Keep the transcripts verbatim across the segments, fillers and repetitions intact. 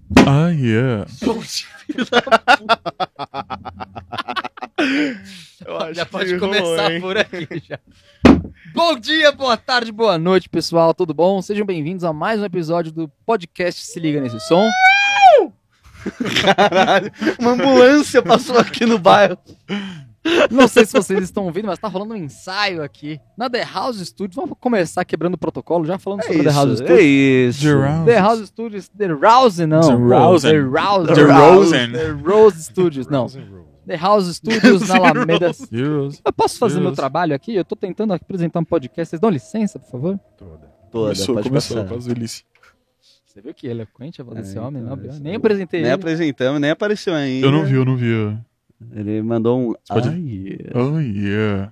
Ah, yeah. Eu acho já que pode rolou, começar hein? por aqui já. Bom dia, boa tarde, boa noite, pessoal. Tudo bom? Sejam bem-vindos a mais um episódio do podcast Se Liga Nesse Som. Caralho, uma ambulância passou aqui no bairro. Não sei se vocês estão ouvindo, mas tá rolando um ensaio aqui na The House Studios. Vamos começar quebrando o protocolo, já falando sobre The House Studios. É isso. The House Studios, The Rouse, não. The Rouse. The Rouse. The Rosen. The Rose Studios, não. The House Studios na Alameda. Heroes. Eu posso fazer Deus. meu trabalho aqui? Eu tô tentando apresentar um podcast. Vocês dão licença, por favor? Toda. Toda, Começou, pode começou. passar. Quase delícia. Você viu que eloquente a voz desse É, homem? então, Não, isso nem aí. apresentei Nem ele. apresentamos, nem apareceu ainda. Eu não vi, eu não vi. Ele mandou um... pode- Ai, yeah. Oh, yeah.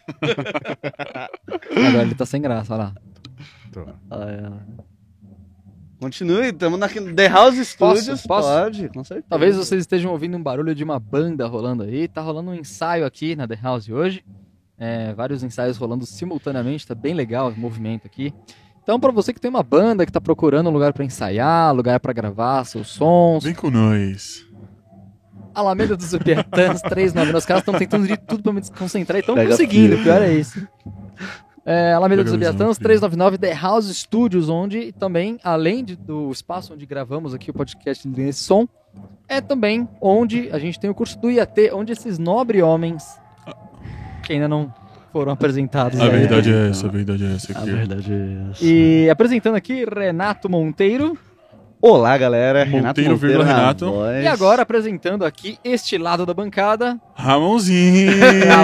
Agora ele tá sem graça, olha lá. Ah, é. Continue, estamos na The House Studios. Posso? Pode, com certeza. Talvez vocês estejam ouvindo um barulho de uma banda rolando aí. Tá rolando um ensaio aqui na The House hoje. É, vários ensaios rolando simultaneamente, tá bem legal o movimento aqui. Então, pra você que tem uma banda que tá procurando um lugar pra ensaiar, lugar pra gravar seus sons, Vem com nós. Alameda dos Ibiatãs, trezentos e noventa. Os caras estão tentando de tudo pra me desconcentrar e estão Pega conseguindo, fio. o pior é isso. É, Alameda dos Pega a visão, Ibiatãs, filho. trezentos e noventa e nove, The House Studios, onde também, além de- do espaço onde gravamos aqui o podcast nesse som, é também onde a gente tem o curso do I A T, onde esses nobres homens, que ainda não foram apresentados A ainda. verdade é essa, a verdade é essa A aqui. verdade é essa. E apresentando aqui Renato Monteiro. Olá, galera. Renato Monteiro, Monteiro vírgula, na Renato. voz. E agora apresentando aqui este lado da bancada. Ramonzinho.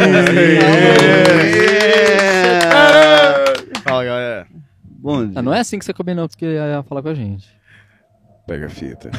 Fala, galera. Bom dia. Ah, não é assim que você combinou que ia falar com a gente. Pega a fita.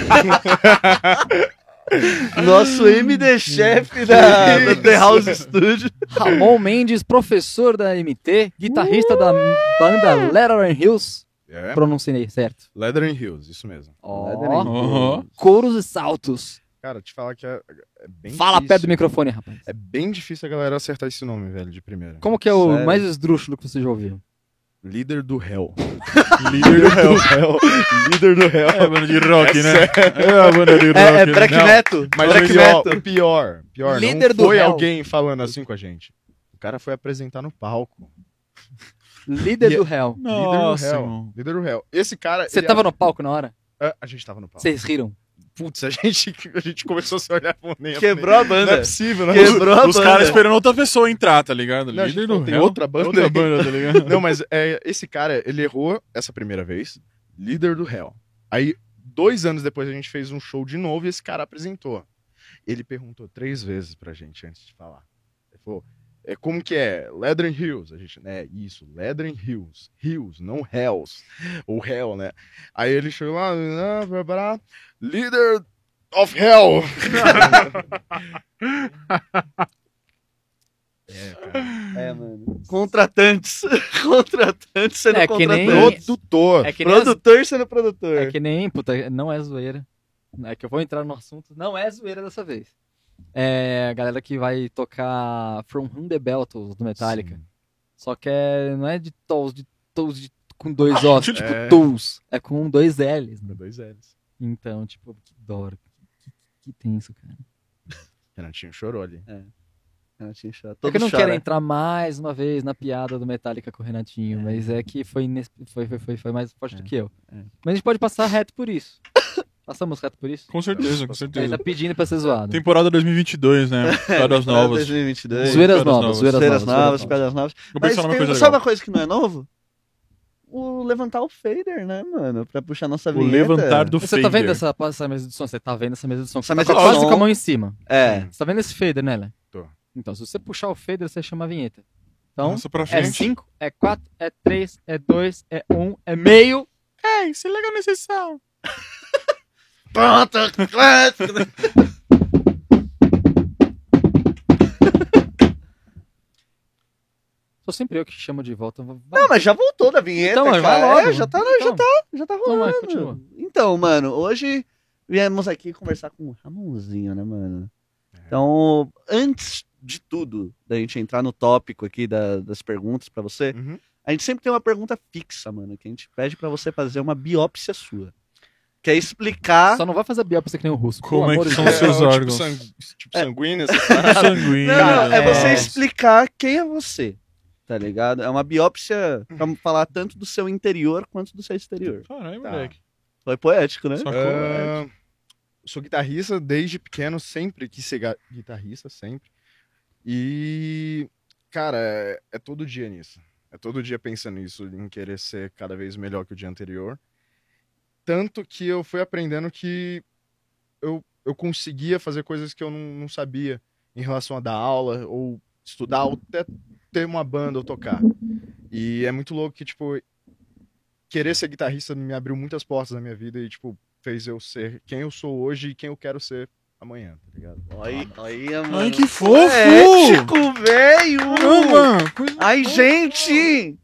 Nosso M D-chefe da, da The House Studios. Ramon Mendes, professor da M T, guitarrista da banda Letter and Hills. É? Pronunciei certo. Leather and Hills, isso mesmo. Ó, Aham. couros e saltos. Cara, te falar que é, é bem Fala difícil. perto do microfone, rapaz. É bem difícil a galera acertar esse nome, velho, de primeira. Como que é o Sério? mais esdrúxulo que você já ouviu? Líder do Hell. Líder do Hell. Hell. Líder do Hell. É a banda de rock, É né? sério. É a banda de rock. É, é né? Black Não, Metal. Mas Black pior, Metal. pior, pior, Líder não do foi Hell. alguém falando assim com a gente. O cara foi apresentar no palco. Líder E- do Hell. Nossa, Líder do irmão. Hell. Líder do Hell. Esse cara... Você ele- tava no palco na hora? Ah, a gente tava no palco. Vocês riram? Putz, a gente, a gente começou a se olhar por nem Quebrou a Não é banda. possível, né? Quebrou a Os banda. caras esperando outra pessoa entrar, tá ligado? Não, a Líder gente do falou, tem Hell. outra banda Outra aí. banda, tá ligado? Não, mas é, esse cara, ele errou essa primeira vez. Líder do Hell. Aí, dois anos depois, a gente fez um show de novo e esse cara apresentou. Ele perguntou três vezes pra gente antes de falar. Ele falou, é, como que é? Leather and Hills. A gente, né, isso, Leather and Hills. Hills, não Hells. Ou Hell, né? Aí ele chegou lá, ah, blá, blá, Leader of Hell. É, cara. É, mano. Contratantes. Contratantes sendo É que nem- contratantes. Produtor. É que nem, as- Produtor sendo produtor. é que nem, puta, não é zoeira. É que eu vou entrar no assunto, não é zoeira dessa vez. É a galera que vai tocar From Whom the Bell Tolls, do Metallica. Sim. Só que é, não é de Tolls, de Tolls de, com dois Os, tipo É. Tools. É com dois L's. Né? Com dois L's. Então, tipo, que dó. Que, que, que tenso, cara. Renatinho chorou ali. Renatinho chora. É Todo que eu não chora. quero entrar mais uma vez na piada do Metallica com o Renatinho, mas é que foi, ines- foi, foi, foi, foi mais forte É, do que eu. é. Mas a gente pode passar reto por isso. Passamos reto por isso? Com certeza, com Ele certeza. tá pedindo pra ser zoado. Temporada dois mil e vinte e dois, né? Piadas novas. dois mil e vinte e dois. Zoeiras Piadas novas, novas. zoeiras Zoeiras novas, novas, zoeiras piadas novas. Vou Mas pensar numa tem- coisa sabe legal. uma coisa que não é novo? O levantar o fader, né, mano? Pra puxar nossa O vinheta. levantar do Você tá vendo fader. essa, essa mesa de som? Você tá vendo essa mesa de som? Essa Você mesa tá de quase som. com a mão em cima. É. Você tá vendo esse fader, né, Lé? Tô. Então, se você puxar o fader, você chama a vinheta. Então, Nossa, pra é frente. cinco, é quatro, é três, é dois, é um, é meio. Ei, se liga nesse som. Pronto! Sou sempre eu que chamo de volta. Vai- Não, mas já voltou da vinheta, Então, mas cara. vai logo. É, já tá, Então. já tá, já tá Então, vai, rolando. continua. Então, mano, hoje viemos aqui conversar com o Ramonzinho, né, mano? Então, antes de tudo, da gente entrar no tópico aqui da- das perguntas pra você, Uhum. a gente sempre tem uma pergunta fixa, mano, que a gente pede pra você fazer uma biópsia sua. quer explicar... Só não vai fazer biópsia que nem o russo. Como pelo é amor que de são Deus. os seus É, órgãos? Tipo, sangu... tipo sanguíneo, essas paradas. Sanguíneo. Não, não, é você É. explicar quem é você, tá ligado? É uma biópsia pra falar tanto do seu interior quanto do seu exterior. Caralho, Tá. moleque. Foi poético, né? Só Ah, sou guitarrista desde pequeno, sempre quis ser ga- guitarrista, sempre. E, cara, é, é todo dia nisso. É todo dia pensando nisso, em querer ser cada vez melhor que o dia anterior. Tanto que eu fui aprendendo que eu, eu conseguia fazer coisas que eu não, não sabia em relação a dar aula, ou estudar, ou até ter uma banda ou tocar. E é muito louco que, tipo, querer ser guitarrista me abriu muitas portas na minha vida e, tipo, fez eu ser quem eu sou hoje e quem eu quero ser amanhã, tá ligado? Olha, olha, mano. Ai, que fofo! Poético, velho! Caramba! Coisa Ai, boa. gente!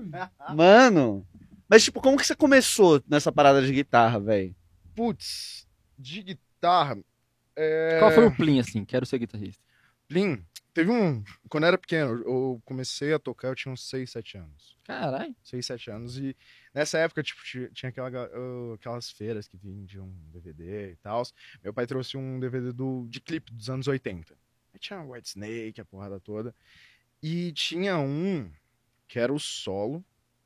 Mano. Mas, tipo, como que você começou nessa parada de guitarra, velho? Putz, de guitarra. É... Qual foi o plim, assim? Quero ser guitarrista. Plim, teve um. Quando eu era pequeno, eu comecei a tocar, eu tinha uns seis, sete anos. Caralho. seis, sete anos. E nessa época, tipo, ti- tinha aquela, ga- uh, aquelas feiras que vendiam D V D e tal. Meu pai trouxe um D V D do, de clipe dos anos oitenta. Aí tinha White Snake, a porrada toda. E tinha um que era o solo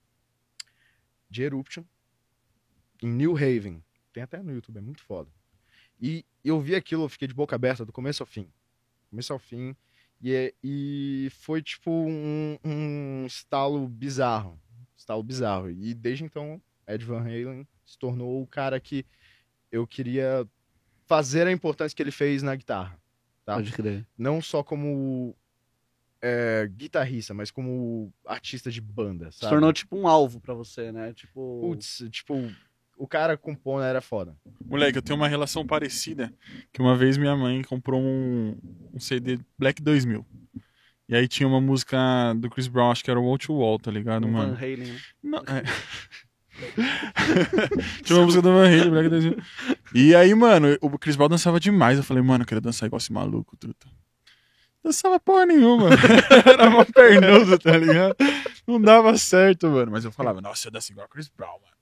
de Eruption em New Haven. Tem até no YouTube, é muito foda. E eu vi aquilo, eu fiquei de boca aberta do começo ao fim. Começo ao fim. E, é- e foi tipo um, um estalo bizarro. Estalo bizarro. E desde então, Ed Van Halen se tornou o cara que eu queria fazer a importância que ele fez na guitarra. Tá? Pode crer. Não só como é, guitarrista, mas como artista de banda, Se sabe? tornou, tipo, um alvo pra você, né? Tipo... Putz, tipo, o cara compondo era foda. Moleque, eu tenho uma relação parecida, que uma vez minha mãe comprou um, um C D Black dois mil. E aí tinha uma música do Chris Brown, acho que era o Wall to Wall, tá ligado, um mano? Van Halen, né? Não, é. Tinha uma música do Van Halen, Black dois mil. E aí, mano, o Chris Brown dançava demais. Eu falei, mano, eu quero dançar igual esse maluco, truta. Dançava porra nenhuma. Era uma pernuda, tá ligado? Não dava certo, mano. Mas eu falava, nossa, eu danço igual o Chris Brown, mano.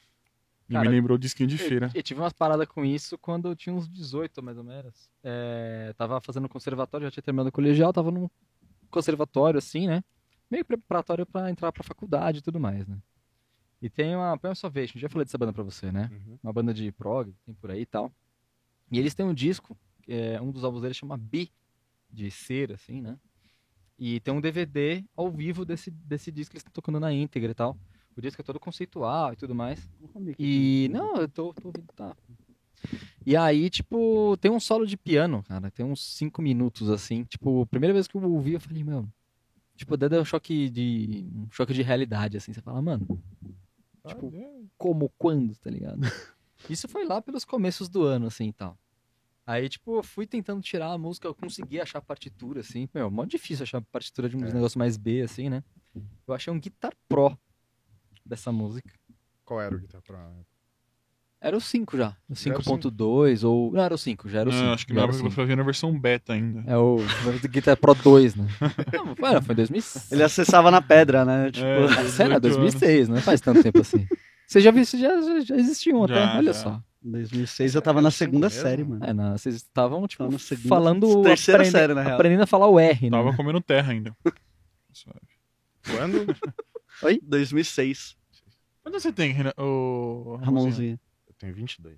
E Cara, me lembrou o disquinho de feira. Eu, eu tive umas paradas com isso quando eu tinha uns dezoito, mais ou menos. É, tava fazendo conservatório, já tinha terminado o colegial, tava num conservatório, assim, né? Meio preparatório pra entrar pra faculdade e tudo mais, né? E tem uma Pale Salvation, já falei dessa banda pra você, né? Uhum. Uma banda de prog, tem por aí e tal. E eles têm um disco, é, um dos álbuns deles chama B, de cera, assim, né? E tem um D V D ao vivo desse, desse disco que eles estão tocando na íntegra e tal. O disco é todo conceitual e tudo mais. E. Não, eu tô, tô ouvindo, tá. E aí, tipo, tem um solo de piano, cara. Tem uns cinco minutos, assim. Tipo, a primeira vez que eu ouvi, eu falei, meu. Tipo, deu um choque de. Um choque de realidade, assim. Você fala, mano. Tipo, como, quando, tá ligado? Isso foi lá pelos começos do ano, assim e tal. Aí, tipo, eu fui tentando tirar a música, eu consegui achar a partitura, assim. Meu, mó difícil achar a partitura de um É. negócio mais B, assim, né? Eu achei um Guitar Pro dessa música. Qual era o Guitar Pro? Era o cinco já. O Já era o cinco ponto dois ou... Não, era o cinco, já era o cinco. Não, acho que já na era o época cinco. você vai ver na versão beta ainda. É o Guitar Pro dois, né? Não, foi, foi em dois mil e seis. Ele acessava na pedra, né? Tipo... É. Sério, dezoito dois mil e seis, não faz tanto tempo assim. Você já viu, já, já, já existiam até, Já, olha já. só. Em dois mil e seis eu tava na segunda mesmo? série, mano. É, na, vocês estavam, tipo, Tava na segunda- falando... terceira aprende- série, na real. Aprendendo a falar o R, né? Tava comendo terra ainda. Suave. Quando? Oi? dois mil e seis. Quanto você tem, Renan? O Ramonzinho. Eu tenho vinte e dois.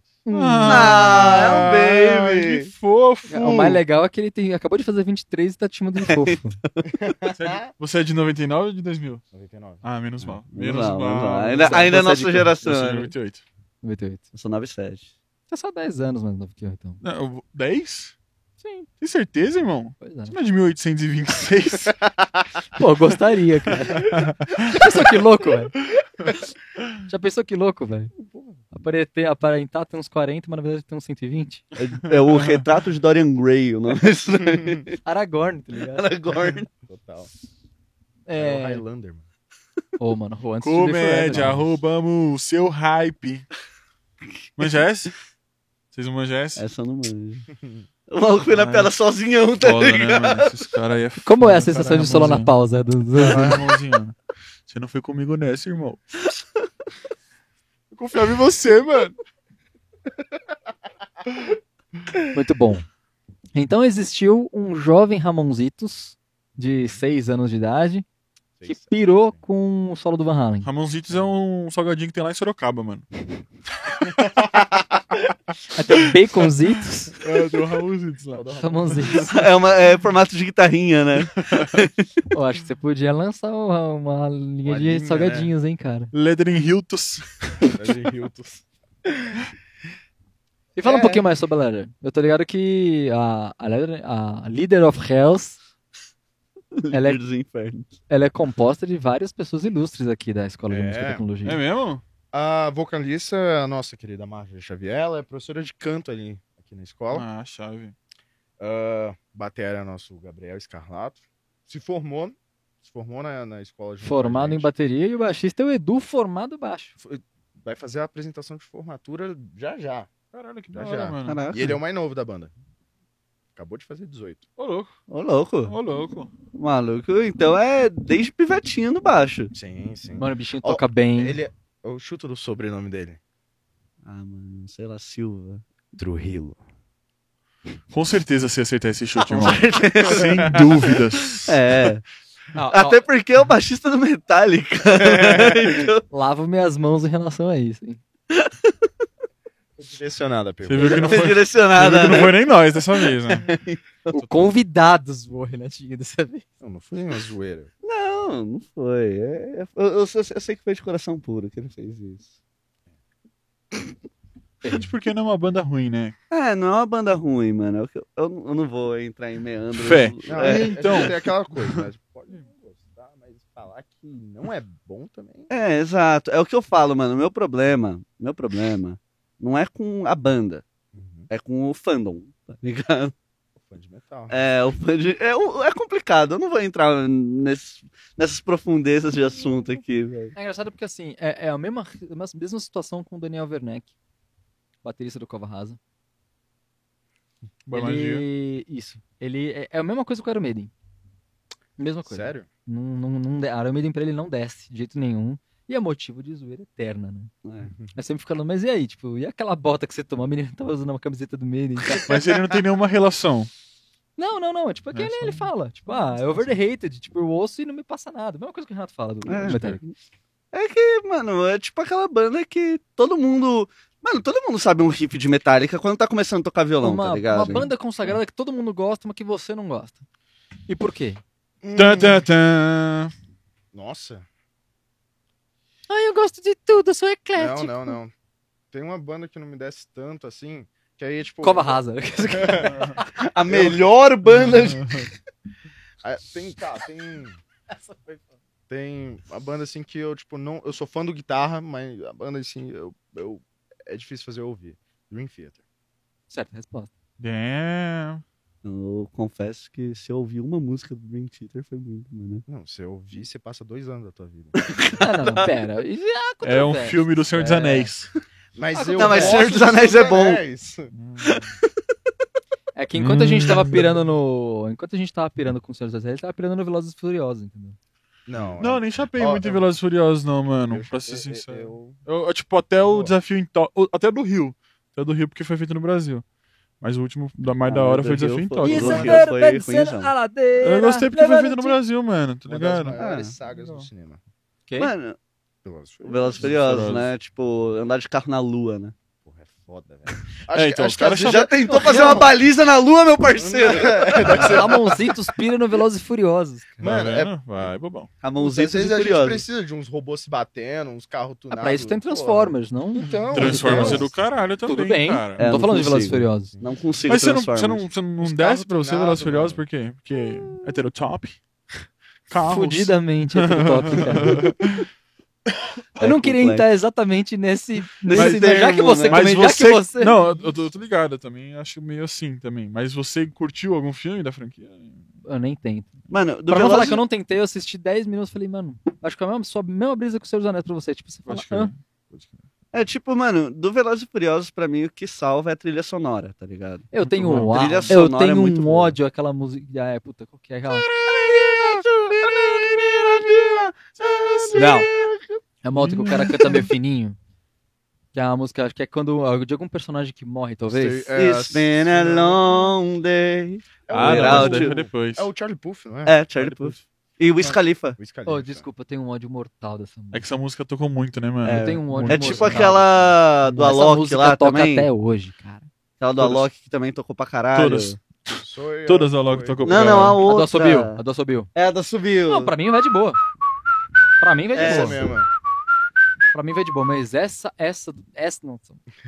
Ah, é um baby. Que fofo! O mais legal é que ele tem, acabou de fazer vinte e três e tá te chamando de fofo. Você é de, você é de noventa e nove ou de dois mil? noventa e nove. Ah, menos mal. Menos Menos mal, mal. menos mal. menos Ainda, mal. ainda é Você é nossa de- geração. Eu sou de né? noventa e oito. noventa e oito. Eu sou noventa e sete. É só dez anos mais novo que eu, então. Não, eu vou- dez? Sim. Tem certeza, irmão? Pois é. Você não é de mil oitocentos e vinte e seis? Pô, eu gostaria, cara. Já pensou que louco, velho? Já pensou que louco, velho? Aparentar, aparentar tem uns quarenta, mas na verdade tem uns cento e vinte. É, é o retrato de Dorian Gray, o nome disso. Aragorn, tá ligado? Aragorn. Total. É o É. Highlander, mano. Ô, mano, antes de ver Comédia, Forever, roubamos o seu hype. Manja essa? Vocês não manjam essa? Essa eu não manjo. O maluco foi na Ai. pedra sozinhão, tá Foda, né, ligado? mano? Esses caras aí é Como é a foda, sensação caralho, de solo na Ramonzinho. pausa? Do... Caralho, Ramonzinho. Você não foi comigo nessa, irmão. Eu confiava em você, mano. Muito bom. Então existiu um jovem Ramonzitos, de seis anos de idade, que pirou com o solo do Van Halen. Ramonzitos é um salgadinho que tem lá em Sorocaba, mano. Até Baconzitos, É, tem o Ramonzitos lá. Ramonzitos. É, uma, é formato de guitarrinha, né? Eu acho que você podia lançar uma, uma linha Uma de linha, salgadinhos, hein, cara. Leather Hiltos. E fala É. um pouquinho mais sobre a Leather. Eu tô ligado que a, a, Leather, a Leader of Hells, ela é, Líder dos infernos. ela é composta de várias pessoas ilustres aqui da Escola de É. Música e Tecnologia. É mesmo? A vocalista, a nossa querida Marjorie Xavier, ela é professora de canto ali, aqui na escola. Ah, chave. Ah, batera, nosso Gabriel Scarlato. Se formou, se formou na, na escola. junto com a Formado em gente. bateria e o baixista é o Edu, formado baixo. Vai fazer a apresentação de formatura já já. Caralho, que Já, da hora, já. mano. Caraca. E ele é o mais novo da banda. Acabou de fazer dezoito. Ô, louco. Ô, louco. Ô, louco. Maluco. Então é desde pivetinho no baixo. Sim, sim. Mano, o bichinho Ó, toca bem. Ele é... Eu chuto do sobrenome dele. Ah, mano, sei lá, Silva. Trujillo. Com certeza você acertar esse chute, irmão. Sem dúvidas. É. Ah, Até porque é o baixista do Metallica. Então, Lavo minhas mãos em relação a isso. Hein? Foi direcionada a Você pergunta. viu que não foi foi, você direcionada. viu que não foi nem nós dessa vez, né? O convidado zoou o Renatinho dessa vez. Não, não foi uma zoeira. Não, não foi. É- é- eu, eu- eu sei que foi de coração puro que ele fez isso. Gente, porque não é uma banda ruim, né? É, não é uma banda ruim, mano. Eu, eu, eu não vou entrar em meandros. Fé. Não, É, é, então. então... Tem aquela coisa, né? Pode gostar, mas falar que não é bom também. é, exato. É o que eu falo, mano. Meu problema, meu problema não é com a banda, Uhum. é com o fandom, tá ligado? Fã de metal. É, o fã de- é, o- é complicado. Eu não vou entrar nesse- nessas profundezas de assunto aqui, velho. É engraçado porque, assim, é, é a mesma, a mesma situação com o Daniel Werneck, baterista do Cova Rasa. Boa magia. Ele... Isso. Ele é, é a mesma coisa com o Iron Maiden. Mesma coisa. Sério? Não, não, não, de- Iron Maiden pra ele não desce de jeito nenhum. E é motivo de zoeira eterna, né? É. Aí sempre ficando, mas e aí? Tipo, e aquela bota que você tomou? A menina tava usando uma camiseta do Maiden. Tá? Mas ele não tem nenhuma relação. Não, não, não. É tipo, é que É ele, só- ele fala. Tipo, ah, é over the hated. Tipo, eu ouço e não me passa nada. A mesma coisa que o Renato fala do É, Metallica. É que, mano, é tipo aquela banda que todo mundo. Mano, todo mundo sabe um riff de Metallica quando tá começando a tocar violão, Uma, tá ligado? uma banda consagrada que todo mundo gosta, mas que você não gosta. E por quê? Tan, tan, tan. Nossa. Ah, eu gosto de tudo, eu sou Não, eclético. não, não. Tem uma banda que não me desce tanto assim, que aí, tipo... Cova Rasa. A melhor banda. de- Ah, tem, tá, tem... Tem uma banda assim que eu, tipo, não... Eu sou fã do guitarra, mas a banda, assim, eu... eu é difícil fazer eu ouvir. Dream Theater. Certa resposta. Damn. Eu confesso que se eu ouvir uma música do Dream Theater foi muito, mano. Não, se eu ouvir, você passa dois anos da tua vida. Ah, não, não, pera. Isso é É um controvérsia. filme do Senhor dos É. Anéis. Mas Ah, eu não, mas gosto Senhor dos do Anéis Senhor é bom. Anéis. É que enquanto a gente tava pirando no... Enquanto a gente tava pirando com o Senhor dos Anéis, ele tava pirando no Velozes e Furiosos, entendeu? Não, Não, é- nem chapei Ó, muito em eu- Velozes e Furiosos, não, mano. eu- pra ser eu- sincero. eu- Eu, eu, tipo, até o Boa. desafio em Tóquio. Até do Rio. Até do Rio, porque foi feito no Brasil. Mas o último, da mais Ah, da hora, do foi o Rio desafio em foi- Tóquio. do mano. Rio foi ruimzão. Eu gostei porque foi feito no Brasil, mano, tá Uma das ligado? maiores Ah, sagas legal. do cinema. Ok? Mano, Velozes e o Velozes e Furiosos. Furiosos, né? Tipo, andar de carro na lua, né? Porra, é foda, velho. É, então, os caras às vezes Já tentou fazer uma baliza na lua, meu parceiro? Ramonzitos pira no Velozes e Furiosos. Mano, Vai é- vendo? Vai, bobão. Às Ramonzitos vezes e a gente Furiosos. precisa de uns robôs se batendo, uns carros Ah, tunados. pra isso tem porra. Transformers, não? Então, Transformers é então, do caralho também, Tudo bem. cara. É, não tô não falando de Velozes e consigo. Furiosos. Não consigo Mas você não, você Transformers. não, você não Os desce carros pra você tunados, Velozes e Furiosos mano. por quê? Porque é ter o top. Carros. Fudidamente é top, cara. Eu É não queria complexo. entrar exatamente nesse. Nesse nesse termo, já que você né? Mas comentou, já você... que você. Não, eu tô, eu tô ligado, eu também acho meio assim também. Mas você curtiu algum filme da franquia? Eu nem tento. Mano, do Pra não falar Velozes... que eu não tentei, eu assisti dez minutos e falei, mano, acho que é a mesma, só a mesma brisa que o Senhor dos Anéis pra você. Tipo, você fala, Pode ah, crer. Pode crer. É tipo, mano, do Velozes e Furiosos, pra mim, o que salva é a trilha sonora, tá ligado? eu tenho bom. um, A trilha eu sonora é tenho muito um boa. ódio àquela música. Ah, é, puta, qual que é aquela? Não. É uma outra que o cara canta meio fininho. Que é uma música, acho que é quando de algum personagem que morre, talvez. Sei, é, It's been a long day. É o, Ah, é, não, Without mas o, daí you. foi depois. é o Charlie Puth, não é? É, Charlie Puth. E Wiz Khalifa. Wiz Khalifa. Oh, desculpa, eu tenho um ódio mortal dessa música. É que essa música tocou muito, né, mano? É, eu tenho um ódio É mortal. tipo aquela do Essa Alok música lá toca também. até hoje, cara. Aquela do Todas. Alok que também tocou pra caralho. Todas. Sou eu, Todas a foi. Loki tocou Não, pra não, a caralho. A do outra. Assobio, a do Assobio. É, a da Subiu. Não, pra mim vai de boa. Pra mim vai de É, Essa boa. mesmo. Pra mim vai de boa, mas essa, essa, essa não.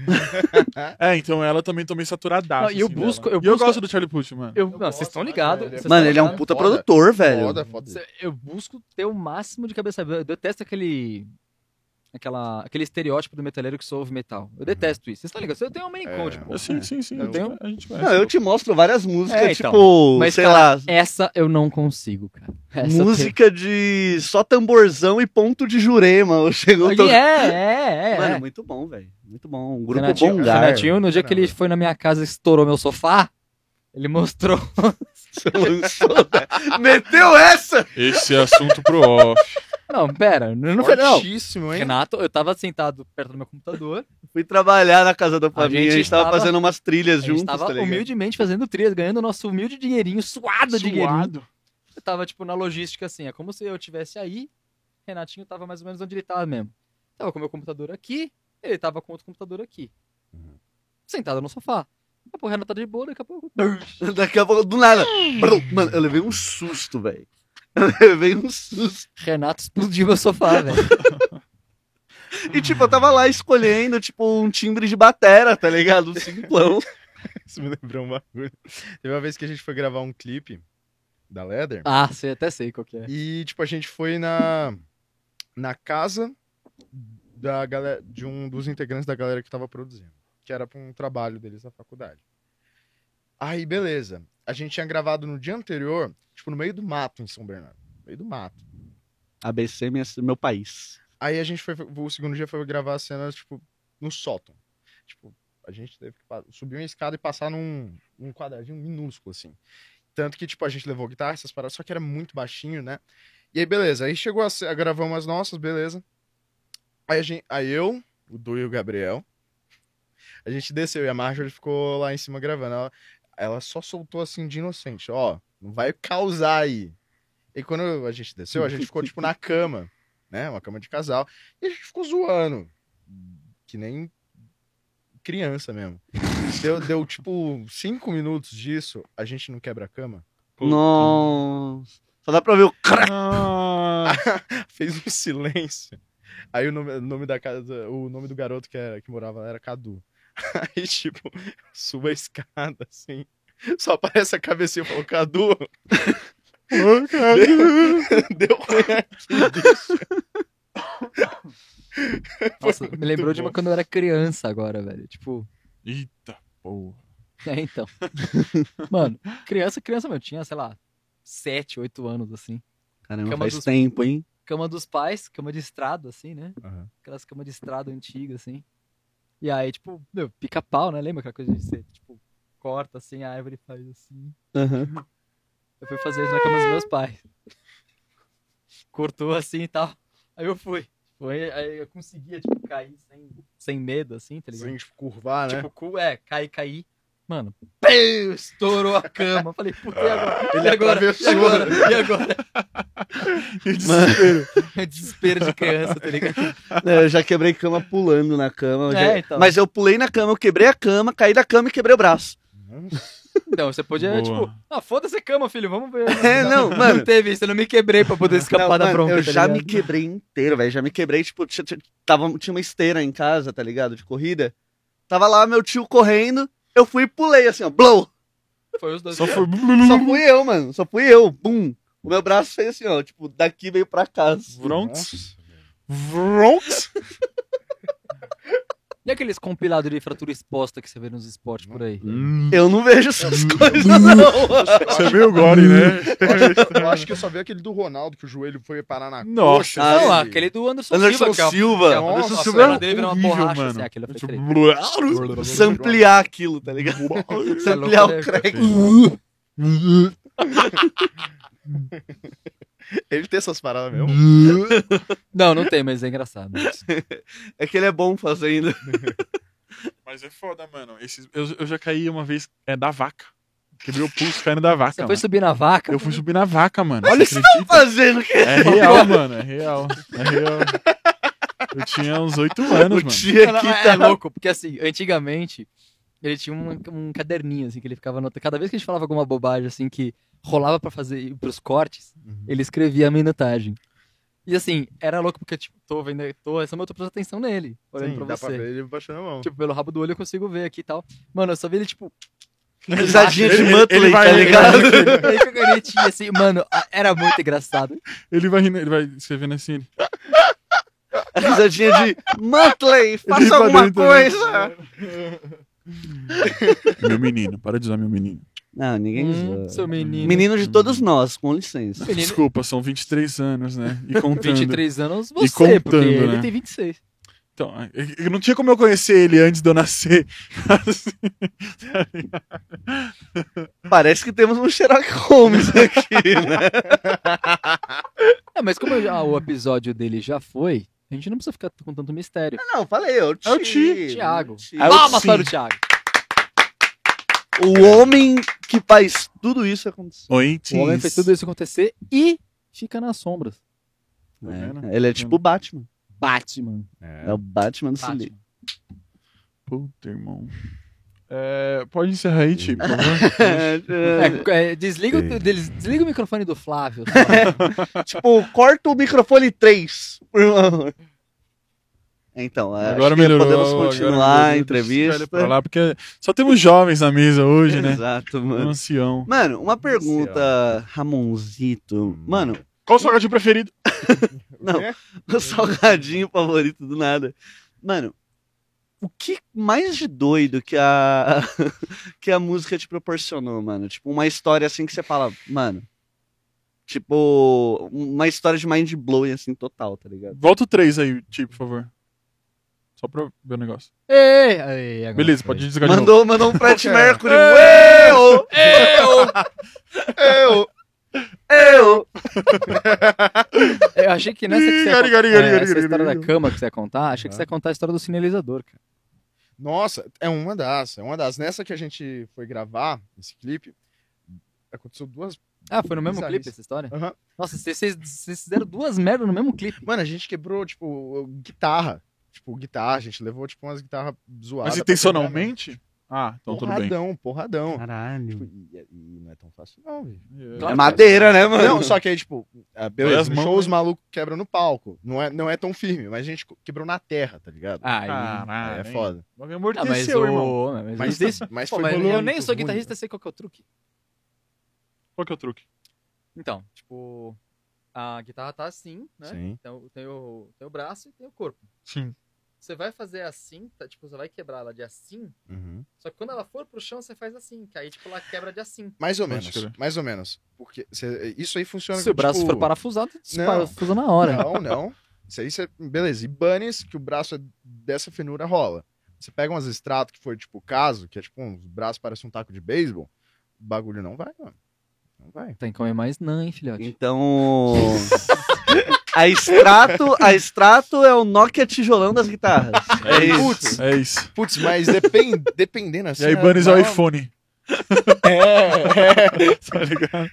É, então ela também tô meio saturadaça. Não, e eu assim, busco- dela. eu E eu busco- gosto do Charlie Puth, mano. Eu, Eu não, gosto, vocês estão mas, ligados. velho, vocês Mano, estão ele é um ligados. puta Foda, produtor, velho. Foda, foda. Cê- Eu busco ter o máximo de cabeça aberta. Eu detesto aquele. Aquela, aquele estereótipo do metaleiro que só ouve metal. Eu detesto isso. Vocês estão ligados? Eu tenho um main É. code, pô. Sim, sim, sim. Eu Eu tenho- A gente vai. Não, eu te mostro várias músicas, É, então. tipo, Mas, sei cara, lá, essa eu não consigo, cara. Essa música de só tamborzão e ponto de Jurema. Eu chego tem... É, é, é. é. Mano, muito bom, velho. Muito bom. Um grupo Renatinho, Bongar. Renatinho, no dia que ele Caramba. foi na minha casa e estourou meu sofá, ele mostrou. Você lançou, né? Meteu essa! Esse é assunto pro off. Não, pera, não, não foi não. Fortíssimo, hein? Renato, eu tava sentado perto do meu computador. Fui trabalhar na casa da família, a gente, gente tava tava- fazendo umas trilhas A juntos, gente tava tá ligado? humildemente fazendo trilhas, ganhando nosso humilde dinheirinho, suado, dinheirinho. Suado. Eu tava, tipo, na logística, assim, é como se eu tivesse aí, Renatinho tava mais ou menos onde ele tava mesmo. Tava com o meu computador aqui, ele tava com outro computador aqui. Sentado no sofá. Daqui a pouco o Renato tá de boa, daqui a pouco... Daqui a pouco, do nada. Brum. Mano, eu levei um susto, velho. Eu levei um susto. Renato explodiu meu sofá, velho. E, tipo, eu tava lá escolhendo, tipo, um timbre de batera, tá ligado? Um simplão. Isso me lembrou um bagulho. Teve uma vez que a gente foi gravar um clipe da Leather. Ah, sei, até sei qual que é. E, tipo, a gente foi na, na casa da galera, de um dos integrantes da galera que tava produzindo. Que era pra um trabalho deles na faculdade. Aí, beleza. A gente tinha gravado no dia anterior, tipo, no meio do mato em São Bernardo. No meio do mato. A B C, minha, meu país. Aí a gente foi, o segundo dia foi gravar a cena, tipo, no sótão. Tipo, a gente teve que pa- subir uma escada e passar num, num quadradinho minúsculo, assim. Tanto que, tipo, a gente levou guitarra, essas paradas, só que era muito baixinho, né? E aí, beleza. Aí chegou a, ce- a gravamos as nossas, beleza. Aí, a gente, aí eu, o Du e o Gabriel, a gente desceu e a Marjorie ficou lá em cima gravando. Ela, ela só soltou assim de inocente, ó, não vai causar aí. E quando a gente desceu, a gente ficou, tipo, na cama, né? Uma cama de casal. E a gente ficou zoando. Que nem criança mesmo. Deu, deu tipo, cinco minutos disso, a gente não quebra a cama. Nossa. Só dá pra ver o crack. Ah, Fez um silêncio. Aí o nome, o nome da casa, o nome do garoto que, era, que morava lá era Cadu. Aí, tipo, subo a escada, assim. Só aparece a cabecinha e falou, Cadu, ô, cara. deu, deu ruim aqui, bicho. Nossa, Foi me lembrou muito de uma bom. quando eu era criança agora, velho. Tipo, Eita porra. é, então. Mano, criança, criança, meu, tinha, sei lá, sete, oito anos, assim. Caramba, Cama faz dos- tempo, hein? Cama dos pais, cama de estrada, assim, né? Aham. Aquelas camas de estrada antigas, assim. E aí, tipo, meu, pica-pau, né? Lembra aquela coisa de você, tipo, corta assim, a árvore faz assim. Aham. Eu fui fazer isso na cama dos meus pais. Cortou assim e tal. Aí eu fui. Foi, aí eu conseguia, tipo, cair sem, sem medo, assim, tá ligado? Sem tipo, curvar, né? Tipo, cu, é, cair, cair. Mano, peu, estourou a cama. Falei, puta, e agora? Ele e agora? E atravessou, agora? E agora? Que desespero. Desespero de criança, tá ligado? É, eu já quebrei cama pulando na cama. eu É, já- então. Mas eu pulei na cama, eu quebrei a cama, caí da cama e quebrei o braço. Nossa. Então, você podia, Boa. tipo, ah, foda-se a cama, filho, vamos ver. É, não, mano. Não teve isso, eu não me quebrei pra poder escapar Não, da mano, bronca, eu tá já ligado? me quebrei inteiro, velho. Já me quebrei, tipo, tinha, tinha- tava, tinha uma esteira em casa, tá ligado? De corrida. Tava lá meu tio correndo, eu fui e pulei assim, ó, blow. Foi os dois. Só foi. Só fui eu, mano. Só fui eu. Bum. O meu braço fez assim, ó, tipo, daqui veio pra cá. Vronx. Nossa. Vronx. E aqueles compilados de fratura exposta que você vê nos esportes por aí? Eu não vejo essas coisas, não. Você é meio gore, né? Eu acho que eu só vi aquele do Ronaldo, que o joelho foi parar na Nossa. coxa. Ah, Não, dele. aquele do Anderson, Anderson Silva, que é Silva. a, Nossa, Anderson a Silva perna dele virou uma horrível, borracha, mano. assim, aquilo foi Tipo, treta. Samplear aquilo, tá ligado? Samplear louco, o né? crack. Ele tem essas paradas mesmo? Não, não tem, mas é engraçado. É que ele é bom fazendo. Mas é foda, mano. Esses, eu, eu já caí uma vez é, da vaca. Quebrei o pulso caindo da vaca, Você mano. foi subir na vaca? Eu fui subir na vaca, mano. Olha Você isso que acredita? fazendo que É real, mano. É real. É real. Eu tinha uns oito anos, o mano. dia Não, não, que é, tá é louco, porque assim, antigamente, ele tinha um, um caderninho, assim, que ele ficava anotando. Cada vez que a gente falava alguma bobagem, assim, que rolava pra fazer ir pros cortes, ele escrevia a minutagem. E assim, era louco, porque, tipo, tô vendo, tô, essa eu tô prestando atenção nele, olhando Sim, pra dá você. pra ver ele baixando a mão. Tipo, pelo rabo do olho eu consigo ver aqui e tal. Mano, eu só vi ele, tipo, risadinha de Ele- ele Muttley, vai- tá ele ligado? ele com a canetinha, assim, mano, a- era muito engraçado. Ele vai rindo, ele vai escrevendo assim. ele- A risadinha de Muttley, ele faça pra alguma dentro, né? coisa. Meu menino, para de usar meu menino. Não, ninguém Hum, zoa. seu menino. Menino de todos nós, com licença. Menino- Desculpa, são vinte e três anos, né? E contando. vinte e três anos, E você, contando, porque ele né? tem vinte e seis. Então, eu eu não tinha como eu conhecer ele antes de eu nascer. Assim, Parece que temos um Sherlock Holmes aqui, né? É, mas como eu já- o episódio dele já foi, a gente não precisa ficar com tanto mistério. Não, falei, é o Ti. É o Ti. Thiago. Ti. É o Palmas Ti. para o Thiago. O homem que faz tudo isso acontecer. Oi, O homem fez tudo isso acontecer e fica nas sombras. Tá vendo? É, ele é tipo o Batman. Batman. É o Batman do Cindy. Batman. Puta, irmão. É, pode encerrar aí, tipo. É, é, desliga, o, des- desliga o microfone do Flávio. Tipo, corta o microfone três, por favor. Então, Agora acho que melhorou. podemos agora continuar melhorou. a Deixa ele entrevista. pra lá, porque só temos jovens na mesa hoje, né? Exato, Um mano. ancião. Mano, uma pergunta, Ramonzito. Mano, Qual o seu salgadinho preferido? não, É? o salgadinho favorito do nada. Mano, o que mais de doido que a que a música te proporcionou, mano? Tipo, uma história assim que você fala, mano. Tipo, uma história de mind blowing assim total, tá ligado? Volta o três aí, tipo, por favor. Só pra ver o negócio. Ei, ei, agora Beleza, foi. pode desligar de novo. Mandou, mandou um Fred Qual que é? Mercury. Eu, eu, eu. Eu achei que nessa que você ia Gari, contar, gari, gari, é, gari, essa gari, história gari. da cama que você ia contar, achei que Ah. você ia contar a história do sinalizador, cara. Nossa, é uma das, é uma das. Nessa que a gente foi gravar, esse clipe, aconteceu duas... Ah, foi no mesmo Bizarrice. clipe essa história? Aham. Nossa, vocês, vocês- vocês fizeram duas merdas no mesmo clipe. Mano, a gente quebrou, tipo, guitarra. Tipo, guitarra, a gente levou, tipo, umas guitarras zoadas. Mas pra intencionalmente? Ah, então tudo bem. Porradão, porradão. Tipo, Caralho. e, e não é tão fácil não, velho. Claro. É madeira, né, mano? Não, só que aí, tipo, ah, Olha beleza, as no mãos, show os hein? malucos quebram no palco. Não é, não é tão firme, mas a gente quebrou na terra, tá ligado? Ah, aí... Caralho, Aí é hein? foda. O bagulho Ah, mas amorteceu, irmão. o... Mas, Mas, isso- mas Pô, foi mas eu rolando nem muito sou ruim. guitarrista, sei qual que é o truque. Qual que é o truque? Então, tipo, a guitarra tá assim, né? Sim. Então tem o, tem o braço e tem o corpo. Sim. Você vai fazer assim, tá, tipo, você vai quebrar ela de assim, Uhum. só que quando ela for pro chão, você faz assim, que aí, tipo, ela quebra de assim. Mais ou Pode menos, crer. mais ou menos. Porque cê- isso aí funciona Se o braço tipo, for parafusado, Não. desparafusa na hora. Não, não. Isso aí, cê, beleza. E bunnies, que o braço é dessa finura, rola. Você pega umas extratos que foi tipo o caso, que é tipo uns braços parecem um taco de beisebol, o bagulho não vai, mano. Não vai. Tem que comer mais não, hein, filhote. Então. A extrato, a extrato é o Nokia tijolão das guitarras. É isso. Putz, É isso. putz, mas depend, dependendo assim. E aí, é Bunnies é o uma- iPhone. É, é. Tá ligado?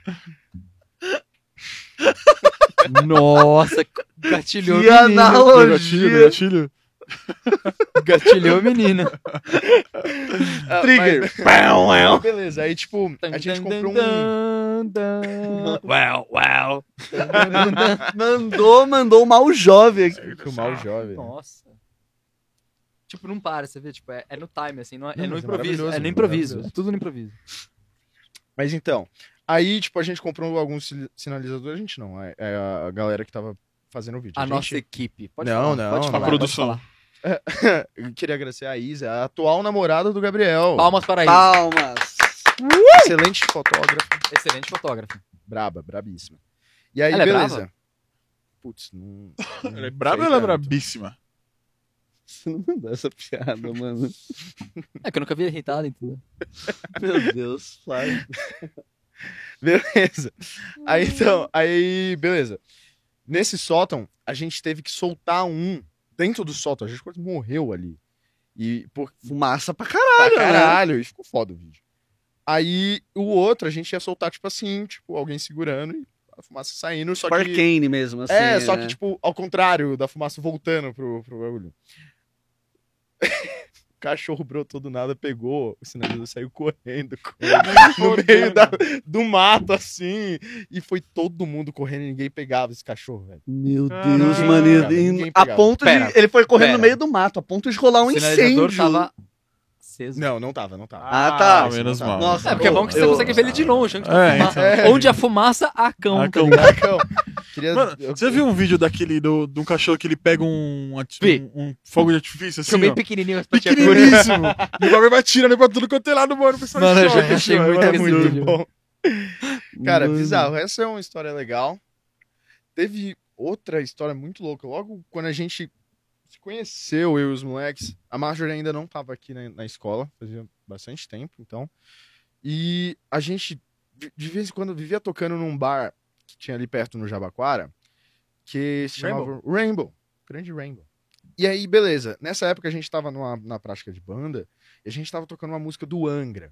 Nossa, gatilhou Que o menino. analogia. Gatilho, gatilho. Gatilhou o menino. Ah, Trigger. mas- Beleza, aí tipo, a gente comprou um. Uau, uau. Mandou, mandou um mal jovem aqui. Que o mal jovem. Nossa. Tipo, não para, você vê, tipo, é, é no time, assim, não é, Não, é no mas é improviso. maravilhoso, É no é improviso. maravilhoso. Tudo no improviso. Mas então, aí, tipo, a gente comprou alguns si- sinalizadores, a gente não, é é a galera que tava fazendo o vídeo. A, gente... nossa equipe. Pode Não, falar, não, pode não. falar. A produção. pode falar. Eu queria agradecer a Isa, a atual namorada do Gabriel. Palmas para ele. Palmas. Excelente fotógrafa. Excelente fotógrafo. Braba, brabíssima. E aí, Ela é beleza. brava? Putz, não. Ela é braba ou ela é brabíssima? Você não mandou essa piada, mano. É que eu nunca vi irritado, entendeu? Meu Deus, Flávio. Beleza. Aí, então, aí, beleza. Nesse sótão, a gente teve que soltar um dentro do sótão. A gente quase morreu ali. E por Fumaça pra caralho, pra né? caralho. E ficou foda o vídeo. Aí, o outro, a gente ia soltar, tipo assim, tipo, alguém segurando e a fumaça saindo. Só Tipo que... Arcane mesmo, assim. É, só né? que, tipo, ao contrário da fumaça voltando pro, pro bagulho. O cachorro brotou do nada, pegou, o sinalizador saiu correndo com ele, no meio da- do mato, assim. E foi todo mundo correndo e ninguém pegava esse cachorro, velho. Meu Caralho. Deus, Ninguém mano. pegava, e- ninguém a pegava. ponto Pera, de. Ele foi correndo pera. no meio do mato, a ponto de rolar um O sinalizador incêndio. tava aceso. Não, não tava, não tava. Ah, tá. menos Nossa, mal. nossa, É, porque é bom que você Eu- consegue ver ele de longe. Onde, É, a, fumaça, então. onde a fumaça, há cão. Há tá cão. ligado? Cachorro. Queria... Mano, eu- você viu um vídeo daquele, do, de um cachorro que ele pega um, ati- Vi. um, um fogo de artifício assim, Ficou bem ó. pequenininho. mas patinha curta. Pequeniníssimo. E o bagulho vai tirando pra tudo quanto é lado, mano. O pessoal Mano, eu já choca, achei assim, ó, muito é absurdo. muito bom. Cara, Mano. bizarro. Essa é uma história legal. Teve outra história muito louca. Logo quando a gente se conheceu, eu e os moleques, a Marjorie ainda não tava aqui na, na escola, fazia bastante tempo, então. E a gente, de- de vez em quando, vivia tocando num bar que tinha ali perto no Jabaquara, que se chamava Rainbow. Rainbow. Grande Rainbow. E aí, beleza. Nessa época a gente tava numa, na prática de banda e a gente tava tocando uma música do Angra.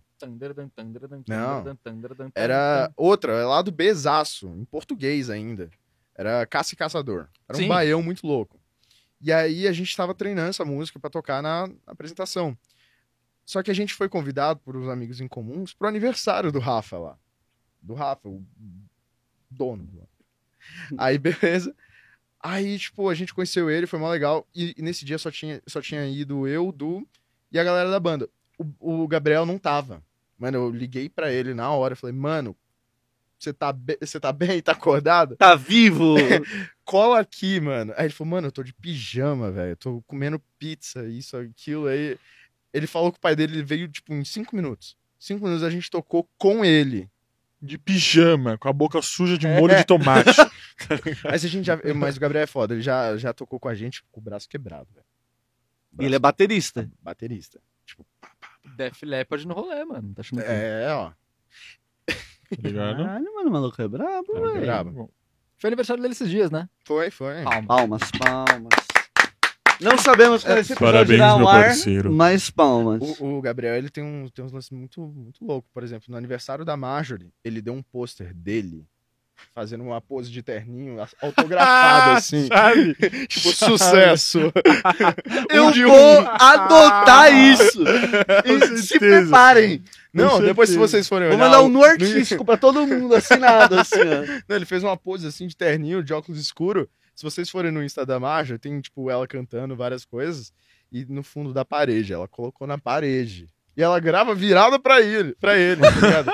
Não. Era outra, é lá do Bezaço, em português ainda. Era Caça e Caçador. Era um Sim. baião muito louco. E aí a gente tava treinando essa música pra tocar na, na apresentação. Só que a gente foi convidado por uns amigos em comuns pro aniversário do Rafa lá. Do Rafa, o dono do Aí, beleza. Aí, tipo, a gente conheceu ele, foi mó legal. E, e nesse dia só tinha, só tinha ido eu, Du e a galera da banda. O, o Gabriel não tava. Mano, eu liguei pra ele na hora. Falei, mano, você tá, be- você tá bem? Tá acordado? Tá vivo? Cola aqui, mano. Aí ele falou, mano, eu tô de pijama, velho. Eu tô comendo pizza, isso, aquilo. Aí ele falou que o pai dele veio, tipo, em cinco minutos. Cinco minutos a gente tocou com ele. De pijama, com a boca suja de É. molho de tomate. Mas a gente já. Mas o Gabriel é foda, ele já, já tocou com a gente com o braço quebrado, velho. E ele é baterista. Baterista. Tipo, Def Leppard no rolê, mano. Tá achando que... é, ó. Tá ligado? Caralho, mano, o maluco é brabo, É, velho. brabo. Foi aniversário dele esses dias, né? Foi, foi. Palma. Palmas, palmas. Não sabemos quando esse episódio Parabéns, irá ao meu ar, parceiro. mas palmas. O, o Gabriel, ele tem, um, tem uns lances muito, muito loucos. Por exemplo, no aniversário da Marjorie, ele deu um pôster dele fazendo uma pose de terninho autografado, assim. Sabe? Tipo, sucesso. Eu Um de vou um. adotar isso. E se certeza. preparem. Não, Com depois se certeza. vocês forem Vou olhar... mandar um o- nu artístico pra todo mundo, assinado, assim, ó. Não, ele fez uma pose assim de terninho, de óculos escuro. Se vocês forem no Insta da Marja, tem, tipo, ela cantando várias coisas. E no fundo da parede, ela colocou na parede. E ela grava virada pra ele, pra ele, tá ligado?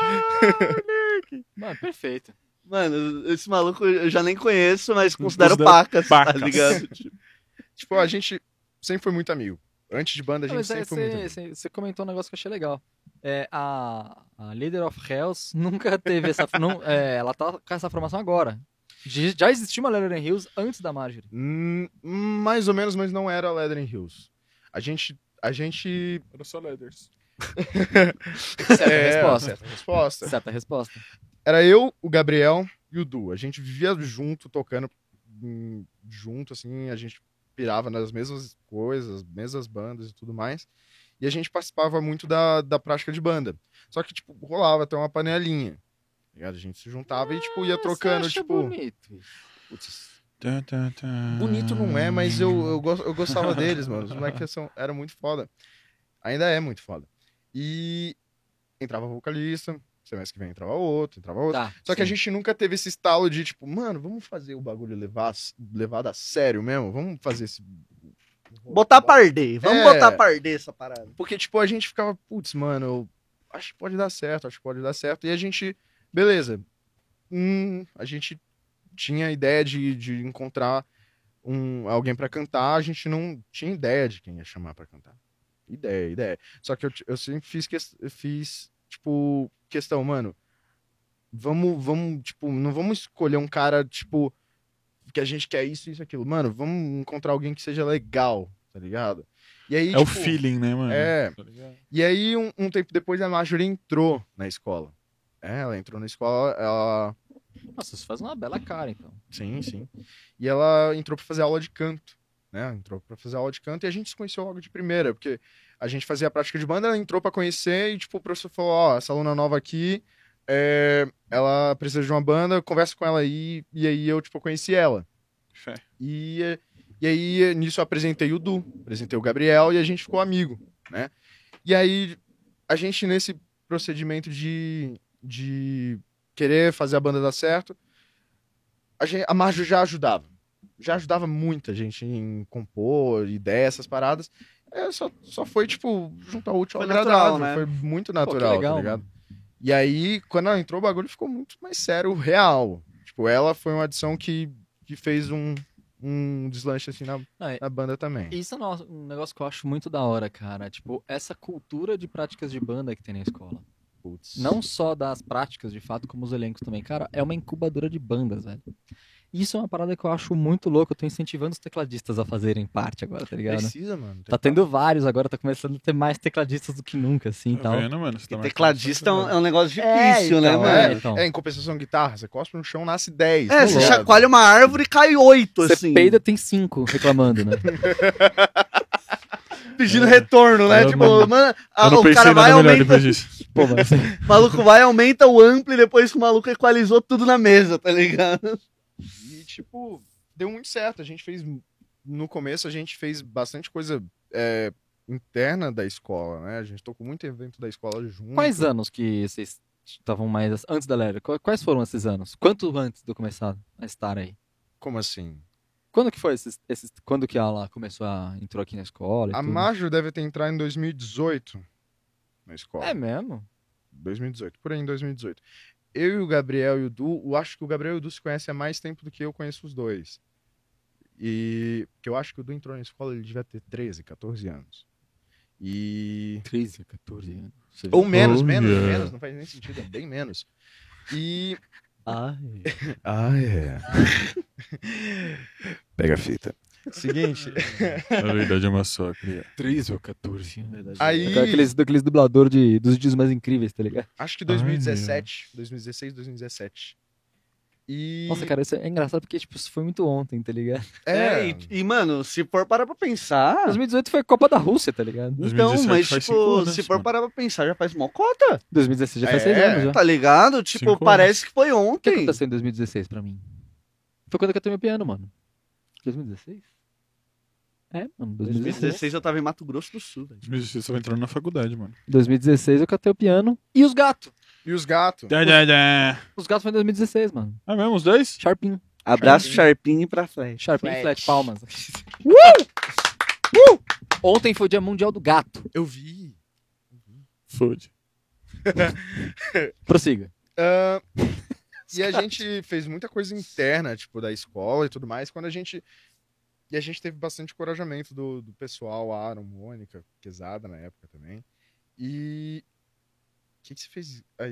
Mano, perfeito. Mano, esse maluco eu já nem conheço, mas considero Considero pacas, pacas. tá ligado? Tipo, a gente sempre foi muito amigo. Antes de banda, a Não, gente mas é, sempre foi muito você, amigo. você- você comentou um negócio que eu achei legal. É, a, a Leader of Hells nunca teve essa... não, é, ela tá com essa formação agora. Já já existia uma Leader in Hills antes da Marjorie. Hum, mais ou menos, mas não era Leathering Hills. A gente... A gente... Era só Leathers. Certa é, resposta. Certa resposta. Certa resposta. Era eu, o Gabriel e o Du. A gente vivia junto, tocando hum, junto, assim, a gente pirava nas mesmas coisas, mesmas bandas e tudo mais. E a gente participava muito da, da prática de banda. Só que, tipo, rolava até uma panelinha. tá ligado? A gente se juntava e, tipo, ia trocando, Você acha tipo... bonito. Putz, Tá, tá, tá. bonito não é, mas eu, eu, go- eu gostava deles, mano. Os moleques são, eram muito foda. Ainda é muito foda. E entrava vocalista, semestre que vem entrava outro, entrava outro. Tá, Só que a sim. gente nunca teve esse estalo de, tipo, mano, vamos fazer o bagulho levar, levado a sério mesmo? Vamos fazer esse... Botar pardê, vamos É. botar pardê essa parada. Porque, tipo, a gente ficava, putz, mano, eu acho que pode dar certo, acho que pode dar certo. E a gente, beleza. Hum, a gente tinha a ideia de, de encontrar um, alguém pra cantar, a gente não tinha ideia de quem ia chamar pra cantar. Ideia, ideia. Só que eu, eu sempre fiz, ques- eu fiz, tipo, questão, mano, vamos, vamos, tipo, não vamos escolher um cara, tipo, que a gente quer isso, isso, aquilo. Mano, vamos encontrar alguém que seja legal, tá ligado? E aí, É o tipo, feeling, né, mano? É. Tá ligado? E aí, um, um tempo depois, a Marjorie entrou na escola. É, ela entrou na escola, ela... Nossa, isso faz uma bela cara, então. Sim, sim. E ela entrou pra fazer aula de canto, né? Entrou pra fazer aula de canto e a gente se conheceu logo de primeira, porque a gente fazia a prática de banda, ela entrou pra conhecer e, tipo, o professor falou, ó, essa aluna nova aqui, é, ela precisa de uma banda, conversa com ela aí, e aí eu, tipo, conheci ela. Fé. E, e aí, nisso, eu apresentei o Du, apresentei o Gabriel e a gente ficou amigo, né? E aí, a gente, nesse procedimento de, de querer fazer a banda dar certo, a, gente, a Marjo já ajudava. Já ajudava muita gente em compor, ideias, essas paradas. É, só, só foi, tipo, junto ao útil ao Foi natural, agradável. né? Foi muito Pô, que natural, legal, tá ligado? mano. E aí, quando ela entrou, o bagulho ficou muito mais sério, real. Tipo, ela foi uma adição que, que fez um, um deslanche, assim, na, Ah, é- na banda também. Isso é um negócio- um negócio que eu acho muito da hora, cara. Tipo, essa cultura de práticas de banda que tem na escola. Putz. Não só das práticas, de fato, como os elencos também. Cara, é uma incubadora de bandas, velho. Isso é uma parada que eu acho muito louco. Eu tô incentivando os tecladistas a fazerem parte agora, tá ligado? Precisa, mano. Tá tendo vários agora, tá começando a ter mais tecladistas do que nunca, assim, e Tá tal. vendo, mano? Você tá E marcando tecladista é um, certo, é um negócio É, difícil, né, então, mano? é. É, então. é, em compensação, guitarra, você cospe no chão, nasce dez. É, tá você ligado? chacoalha uma árvore e cai oito, Você assim. peida, tem cinco reclamando, né? Pedindo retorno, né? Eu tipo, não- mano, a- Eu não o pensei cara vai nada melhor aumenta, depois disso. Pô, mas... o maluco vai aumenta o ampli depois que o maluco equalizou tudo na mesa, tá ligado? E, tipo, deu muito certo. A gente fez. No começo, a gente fez bastante coisa é, interna da escola, né? A gente tocou muito evento da escola junto. Quais anos que vocês estavam mais... Antes da Léria, qu- quais foram esses anos? Quanto antes de eu começar a estar aí? Como assim? Quando que foi esses... esses quando que ela começou a... entrou aqui na escola e A tudo? Marjo deve ter entrado em dois mil e dezoito na escola. É mesmo? dois mil e dezoito, por aí em dois mil e dezoito. Eu e o Gabriel e o Du, eu acho que o Gabriel e o Du se conhecem há mais tempo do que eu conheço os dois. E porque eu acho que o Du entrou na escola, ele devia ter treze, catorze anos. E. treze, catorze anos. Você Ou vê? menos, Oh, menos, yeah. menos, não faz nem sentido, é bem menos. E. Ai. Ah, é. Pega a fita. Seguinte. Na verdade é uma só, criança. treze ou catorze. Verdade. Aí- Aqueles, daqueles dublador de, dos vídeos mais incríveis, tá ligado? Acho que dois mil e dezessete, dois mil e dezesseis, dois mil e dezessete. E. Nossa, cara, isso é engraçado porque, tipo, isso foi muito ontem, tá ligado? É, É, e, e, mano, se for parar pra pensar. dois mil e dezoito foi a Copa da Rússia, tá ligado? Então, dois mil e dezessete mas, faz cinco tipo, anos, se for mano. parar pra pensar, já faz mocota, dois mil e dezesseis já faz É, seis anos já. tá ligado? Tipo, Cinco parece que foi O que ontem. aconteceu em dois mil e dezesseis pra mim? Foi quando eu cantei meu piano, mano. dois mil e dezesseis? É, mano, dois mil e dezesseis. dois mil e dezesseis eu tava em Mato Grosso do Sul, velho. dois mil e dezesseis eu tava entrando na faculdade, mano. dois mil e dezesseis eu cantei o piano. E os gatos? E os gatos? Dá, dá, dá. Os gatos foi em dois mil e dezesseis, mano. Ah, mesmo? Os dois? Sharpin. Abraço Sharpinho pra Flash. Sharpin, Flat. flat, palmas. Uh! Uh! Ontem foi o dia mundial do gato. Eu vi. Fode. Prossiga. Ah, e a gente fez muita coisa interna, tipo, da escola e tudo mais, quando a gente... E a gente teve bastante encorajamento do, do pessoal, a Aaron, Mônica, Quesada na época também. E... O que, que você fez aí?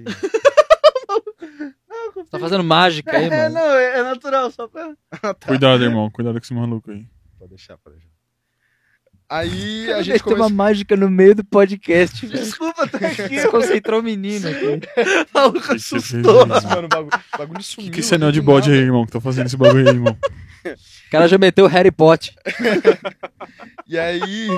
Tá fazendo mágica aí, É, mano. não, é, é natural, só pra. Ah, tá. Cuidado, irmão. Cuidado com esse maluco aí. Pode deixar, pode deixar. Aí a Cara, gente tem uma começou... mágica no meio do podcast, velho. Desculpa, tá aqui. Desconcentrou o menino aqui. O maluco que que você assustou. fez, Mano, o bagulho, o bagulho O sumiu. que, que esse anel de do bode nada. aí, irmão? Que tá fazendo esse bagulho aí, irmão? O cara já meteu o Harry Potter. E aí...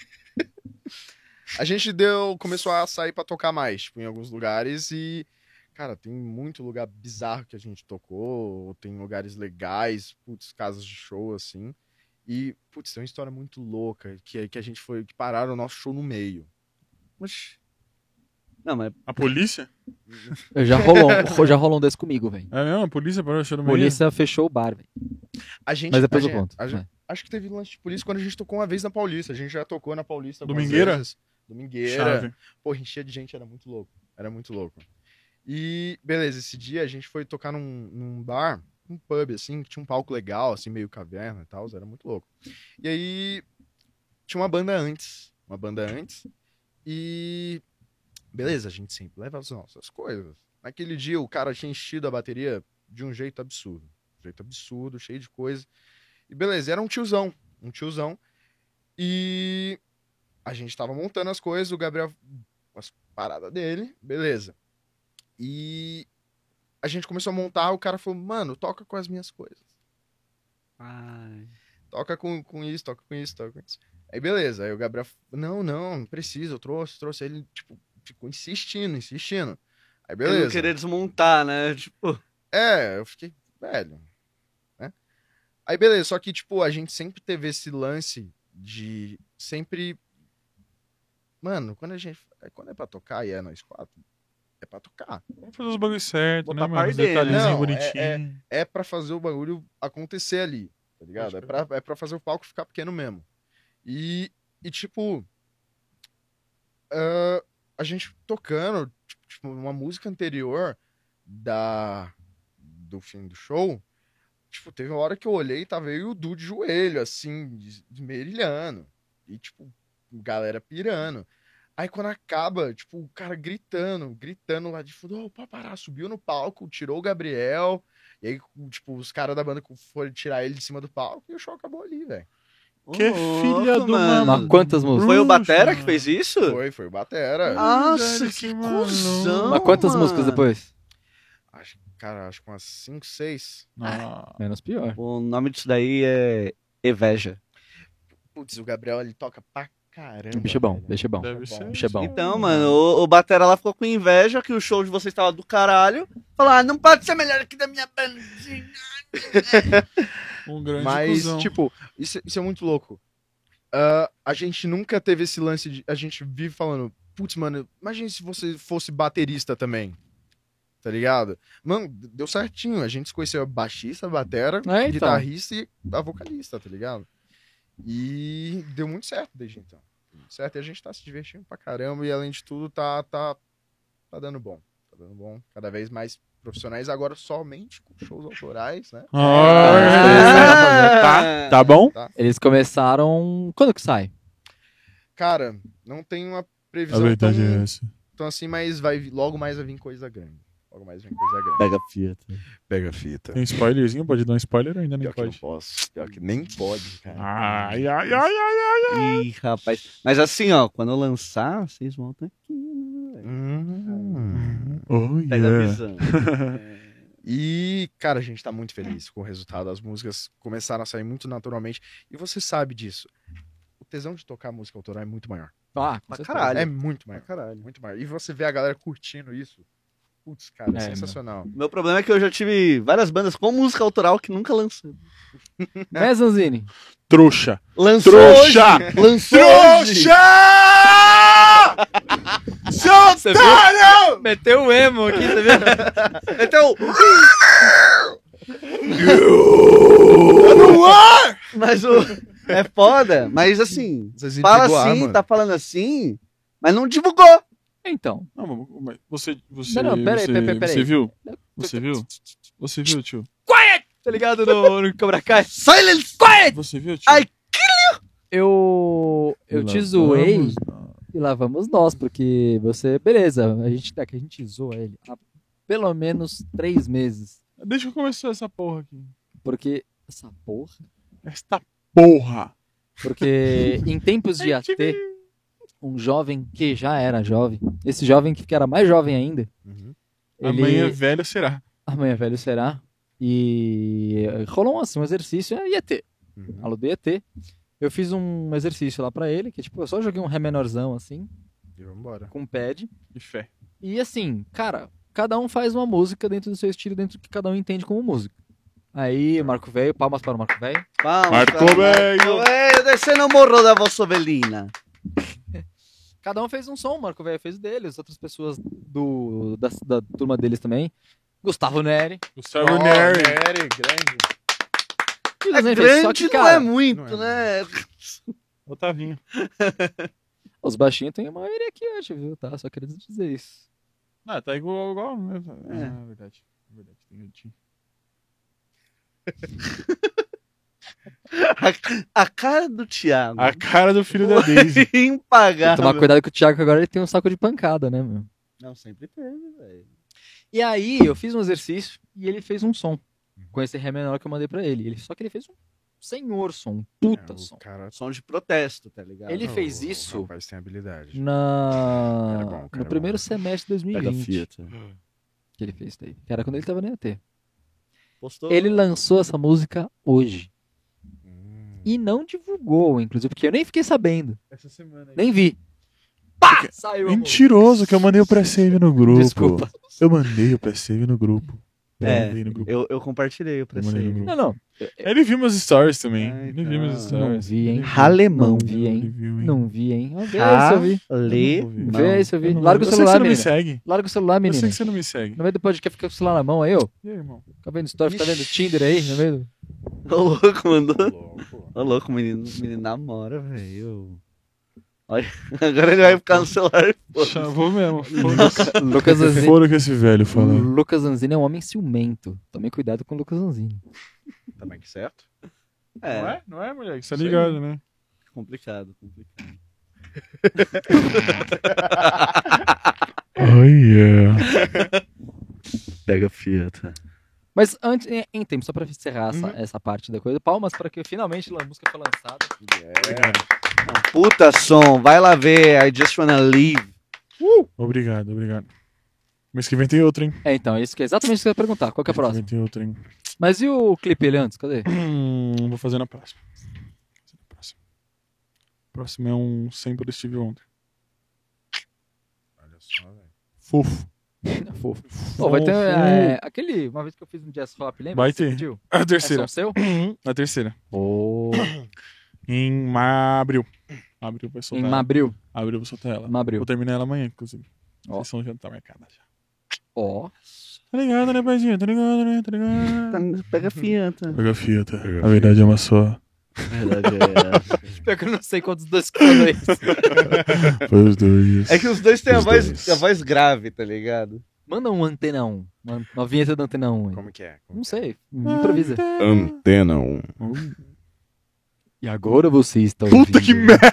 A gente deu, começou a sair pra tocar mais, tipo, em alguns lugares e... Cara, tem muito lugar bizarro que a gente tocou, tem lugares legais, putz, casas de show, assim. E, putz, tem uma história muito louca, que, que a gente foi, que pararam o nosso show no meio. Oxi. Não, mas A polícia? Já rolou, já rolou um desse comigo, velho. É mesmo? A polícia parou achando A meio. polícia fechou o bar, velho. A gente, Mas depois a eu gente- conto. a gente- vai. Acho que teve lance de polícia quando a gente tocou uma vez na Paulista. A gente já tocou na Paulista algumas Domingueira? vezes. Domingueira. Chave. Porra, enchia de gente, era muito louco. Era muito louco. E, beleza, esse dia a gente foi tocar num, num bar, um pub, assim, que tinha um palco legal, assim, meio caverna e tal, era muito louco. E aí, tinha uma banda antes, uma banda antes, e... Beleza, a gente sempre leva as nossas coisas. Naquele dia, o cara tinha enchido a bateria de um jeito absurdo. De um jeito absurdo, cheio de coisa. E beleza, era um tiozão, um tiozão. E a gente tava montando as coisas, o Gabriel, as paradas dele, beleza. E a gente começou a montar, o cara falou, mano, toca com as minhas coisas. Ai. Toca com, com isso, toca com isso, toca com isso. Aí beleza, aí o Gabriel, não, não, não precisa, eu trouxe, trouxe. Aí ele, tipo, ficou insistindo, insistindo. Aí Ele não beleza. querer desmontar, né? Tipo, É, eu fiquei, velho, né? Aí beleza, só que, tipo, a gente sempre teve esse lance de sempre... Mano, quando a gente... Quando é pra tocar e é nós quatro, é pra tocar. Vamos fazer os bagulhos certos, Botar né, mano? par Os dele, detalhezinhos não, é- bonitinhos. É pra fazer o bagulho acontecer ali, tá ligado? Pode É pra, é pra fazer o palco ficar pequeno mesmo. E, e tipo... ah, a gente tocando, tipo, uma música anterior da, do fim do show, tipo, teve uma hora que eu olhei e tava eu e o Du de joelho, assim, de- desmerilhando. E, tipo, galera pirando. Aí quando acaba, tipo, o cara gritando, gritando lá de fundo, ô, pode parar, subiu no palco, tirou o Gabriel, e aí, tipo, os caras da banda foram tirar ele de cima do palco e o show acabou ali, velho. Que ô, filha louco, do mano. Mas quantas músicas? Foi o Bruxa. Batera que fez isso? Foi, foi o Batera. Nossa, Verdade, que esse maluco. cuzão, Mas quantas mano. músicas depois? Acho, cara, acho que umas cinco, seis. Ah, Menos pior. O nome disso daí é Eveja. Putz, o Gabriel, ele toca pra caramba. Bicho é bom, velho. bicho é bom. deve bom. ser. Bicho é bom. Então, mano, o, o Batera lá ficou com inveja que o show de vocês estava do caralho. Falou, ah, não pode ser melhor que da minha bandinha. Um grande Mas, cuzão. tipo, isso, isso é muito louco. Ah, a gente nunca teve esse lance de... A gente vive falando, putz, mano, imagina se você fosse baterista também. Tá ligado? Mano, deu certinho. A gente se conheceu a baixista, a batera, É, então. guitarrista e a vocalista, tá ligado? E deu muito certo desde então. Deu muito certo e a gente tá se divertindo pra caramba e além de tudo tá, tá, tá dando bom. Tá dando bom. Cada vez mais profissionais agora somente com shows autorais, né? Ah, tá, tá bom? Eles começaram. Quando que sai? Cara, não tem uma A previsão verdade tão, é essa. tão assim, mas vai, vir- logo mais vai vir coisa grande. Logo mais vem coisa grande. Pega Fiat. Pega a fita. Tem spoilerzinho? Pode dar um spoiler ou ainda nem Pior que não pode? posso. Pior que nem pode, cara. Ai, ai, ai, ai, ai. Ih, rapaz. Mas assim, ó, quando eu lançar, vocês voltam aqui. Né, velho? Hum. Oh, Pega a yeah. visão. E, cara, a gente tá muito feliz com o resultado. As músicas começaram a sair muito naturalmente. E você sabe disso. O tesão de tocar música autoral é muito maior. Ah, com Pra certeza. caralho. É muito maior. Caralho. Muito maior. E você vê a galera curtindo isso. Putz, cara, é, É, sensacional. Meu problema é que eu já tive várias bandas com música autoral que nunca lançou. Né, Zanzini? Trouxa. Lançou Trouxa! hoje! Lançou hoje! Trouxa! Seu otário! Meteu o emo aqui, você viu? Então, No ar! mas o... É foda, mas assim, Vocês fala ligou a assim, arma? tá falando assim, mas não divulgou. Então. Não, mas você, você, Não, não, pera aí, você, pera aí, pera aí. você viu? Você viu? Você viu, tio? Tá ligado no, no Cobra Kai? Silence! Você viu, tio? Ai, Eu. Eu Lá te zoei. vamos nós. E lá vamos nós, porque você. Beleza, a gente, é que a gente zoa ele há pelo menos três meses. Deixa eu começar essa porra aqui. Porque. Essa porra? Esta porra. Porque em tempos de A T, um jovem que já era jovem, esse jovem que era mais jovem ainda, Uhum. ele. Amanhã velho será. Amanhã velho será. E rolou assim, um exercício, é I A T. Uhum. Aula do I A T. Eu fiz um exercício lá pra ele, que tipo, eu só joguei um ré menorzão assim, E vambora. com pad. De fé. E assim, cara, cada um faz uma música dentro do seu estilo, dentro do que cada um entende como música. Aí, Marco Velho, palmas para o Marco Velho. Vamos, Marco cara, Velho. Marco Velho, descendo o morro da vossa ovelina. Cada um fez um som, o Marco Velho fez o dele, as outras pessoas do, da, da turma deles também. Gustavo Neri. Gustavo Oh, Neri. Neri, grande. E o É Zanzini fez, só que, grande, cara, não é muito, não é né? Otavinho. os baixinhos tem a maioria aqui hoje, viu? Tá? Só queria dizer isso. Ah, tá igual, igual mesmo. É. Ah, é verdade. É verdade. Tem jeitinho. A, a cara do Thiago. A cara do filho da Daisy. Tem Impagável. que tomar cuidado com o Thiago, que agora ele tem um saco de pancada, né, meu? Não, sempre teve, velho. E aí, eu fiz um exercício e ele fez um som. Com esse ré menor que eu mandei pra ele. ele. Só que ele fez um senhor som, um puta É, o som. cara... Som de protesto, tá ligado? Ele o- fez o isso rapaz tem habilidade. Na... Cara bom, cara no primeiro bom. semestre de dois mil e Pega vinte. Fiat. que ele fez isso daí. Que era quando ele tava no E A T. Postou. Ele lançou essa música hoje. Hum. E não divulgou, inclusive, porque eu nem fiquei sabendo. Essa semana aí. Nem vi. Pá! Saiu a música. Mentiroso que eu mandei o pré-save no grupo. Desculpa. Eu mandei o pré-save no grupo. Eu É, mandei no grupo. eu, eu compartilhei o Eu mandei no pré-save. grupo. Não, não. Ele viu meus stories também. Ah, Ele então. viu meus stories. Não vi, hein? Ele viu. Ralemão. Não vi, Ele hein? viu, hein? Não vi, hein? Vê aí se eu vi. Lê. Vê aí se eu vi. Eu não- Larga o eu sei que celular, você não me menina. segue. Larga o celular, Eu menina. sei que você não me segue. No meio do podcast fica com o celular na mão aí, ô. E aí, irmão? Fica vendo story, fica vendo Tinder aí, no meio do... Ô louco, mandou. Louco. Ô louco, o menino, o menino namora, velho. Olha, agora ele vai ficar no celular. pô. Chavou mesmo. Foda-se. Lucas Zanzini. Fora o que esse velho fala. Lucas Zanzini é um homem ciumento. Tome cuidado com o Lucas Zanzini. Tá bem que certo? É, Não é? Não é, moleque? Você tá Isso aí. ligado, né? complicado, complicado. Oh, yeah. Pega a Fiat. Mas antes, em, em tempo, só pra encerrar essa, Uhum. essa parte da coisa, palmas pra que finalmente a música foi lançada. É. Puta som, vai lá ver. I just wanna leave. Obrigado, obrigado. Mês que vem tem outro, hein? É, então, isso que é exatamente isso que eu ia perguntar. Qual que é a Mês que próxima? vem tem outro, hein? Mas e o clipe ele antes? Cadê? Hum, vou fazer na próxima. Vou fazer na próxima. Próximo é um sample do Steve Wonder. Olha só, velho. Fofo. Fofo. Pô, vai ter é, aquele... Uma vez que eu fiz um jazz hop, lembra? Vai que você ter. pediu? A É terceira. som seu? A terceira. Oh. Em ma- abril. Abril vai Em soltar ela. Mabril. Abril eu vou soltar ela. Mabril. Vou terminar ela amanhã, inclusive. Ó. A sessão já tá marcada já. Ó. Tá ligado, né, paizinho? Tá ligado, né? Tá ligado. Tá, pega a Fiat. Pega a Fiat. Pega A verdade é uma só. Verdade é. Pior que eu não sei quantos dois falou isso. Foi os dois. É que os dois têm a Os voz, dois. a voz grave, tá ligado? Manda um Antena um. Uma, uma vinheta da Antena um aí. Como que é? Como Não que é? sei. Improvisa. Antena um. E agora você está ouvindo. Puta que merda!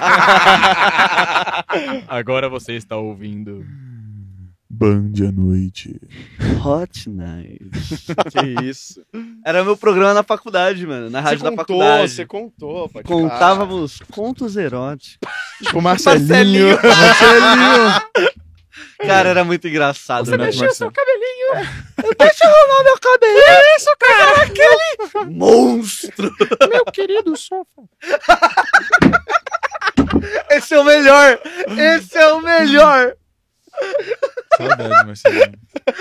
Agora você está ouvindo. Band à noite. Hot Night. Que isso? Era meu programa na faculdade, mano. Na rádio Você da contou, faculdade. você contou. Pode Contávamos contos eróticos. falar. Tipo, Marcelinho. Marcelinho. Cara, era muito engraçado, Você né? Neto mexeu seu Marcelo. cabelinho. Deixa eu arrumar meu cabelo. É isso, cara. Aquele monstro. Meu querido sofá. Esse é o melhor. Esse é o melhor. Saudade, Marcelinho.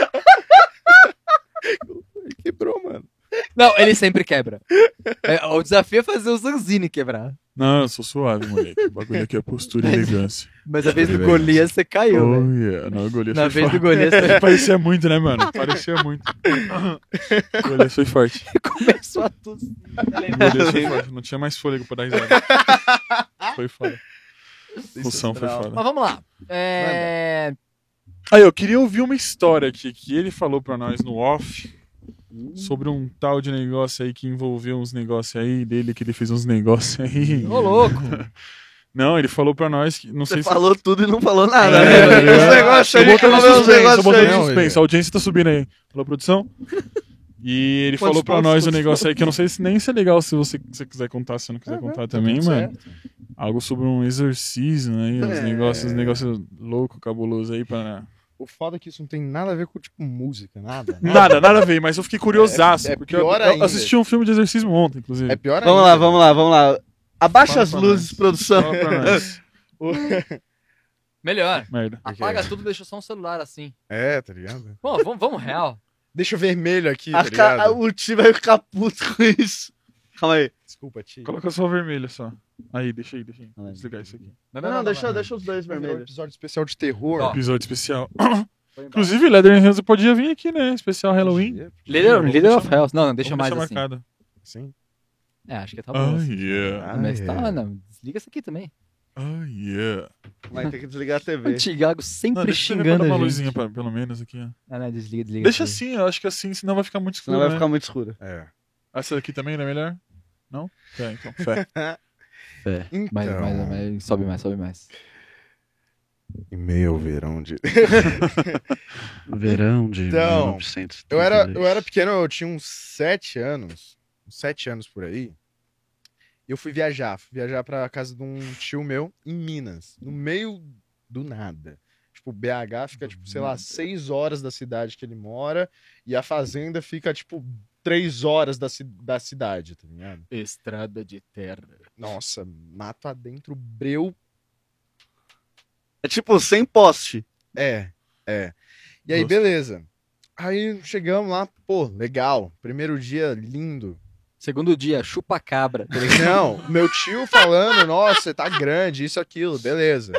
Quebrou, mano. Não, ele sempre quebra. É, o desafio é fazer o Zanzini quebrar. Não, eu sou suave, moleque. O bagulho aqui é postura e elegância. Mas a vez do Beleza. Golias você caiu, Oh, velho. yeah. Não, o Golias Na foi vez do forte. Golias você Parecia muito, né, mano? Parecia muito. O Golias foi forte. começou a tossir. O Golias foi forte. Não tinha mais fôlego pra dar risada. Foi foda. Função foi Mas foda. vamos lá. É... Aí, eu queria ouvir uma história aqui que ele falou pra nós no off sobre um tal de negócio aí que envolveu uns negócios aí dele, que ele fez uns negócios aí. Ô, louco. Não, ele falou pra nós que. Não Você sei se. falou tudo e não falou nada, É, né? tá ligado? Esse negócio Tô aí, botando resolveu uns suspense, tô negócios botando aí. Não, suspense. ele- A audiência tá subindo aí. Falou, produção? E ele Quantos falou pra pontos, nós um quantos negócio aí que eu não sei se nem se é legal se você, se você quiser contar, se você não quiser contar também, tudo mano. certo. Algo sobre um exorcismo aí, uns É. negócios, uns negócios loucos, cabulosos aí pra. O foda é que isso não tem nada a ver com, tipo, música, nada. Nada, nada a ver, mas eu fiquei curiosaço. É- é porque eu, pior eu ainda. assisti um filme de exorcismo ontem, inclusive. É pior Vamos ainda. lá, vamos lá, vamos lá. Abaixa Fala as pra luzes, nós. produção. Fala pra nós. Melhor. Merda. Apaga tudo e deixa só um celular assim. É, tá ligado? Bom, vamos, vamos real. Deixa o vermelho aqui, A tá ca- ligado? O Ti vai ficar puto com isso. Calma aí. Desculpa, tio. Coloca só o vermelho só. Aí, deixa aí, deixa aí. Vai. Desligar isso aqui. Não, Não, deixa, deixa os dois Vai virar um vermelhos. episódio especial de terror. Ó. Episódio especial. Foi embora. Inclusive, Leather Hands podia vir aqui, né? Especial Halloween. Leader, Vamos Leader of deixar- Hell. Não, não, deixa Vamos mais deixar assim. marcado. Sim. É, acho que tá bom. Oh, assim. yeah. Ah, Mas é. tá, não. Desliga isso aqui também. Oh, yeah. Vai ter que desligar a T O V. Tiago Não, sempre deixa eu xingando dar a uma gente. luzinha, pra- pelo menos, aqui, ó. Ah, não, desliga, desliga. Deixa desliga. assim, eu acho que assim, senão vai ficar muito escuro, Senão vai né? ficar muito escuro. É. Essa daqui também não é melhor? Não? Fé, então, fé. É, Então, mais, mais, mais, sobe mais, sobe mais. em meio ao verão de... Verão de Então, mil novecentos e trinta e Eu era, dois. eu era pequeno, eu tinha uns sete anos. Uns sete anos por aí. E eu fui viajar. Fui viajar pra casa de um tio meu em Minas. No meio do nada. Tipo, B H fica, tipo, sei lá, seis horas da cidade que ele mora e a fazenda fica, tipo, três horas da, ci- da cidade, tá ligado? Estrada de terra. Nossa, mato adentro, breu. É tipo, sem poste. É, é. E aí, Nossa. beleza. Aí chegamos lá, pô, legal. Primeiro dia lindo. Segundo dia, chupa-cabra. tá ligado? Não, meu tio falando, nossa, você tá grande, isso, aquilo, beleza.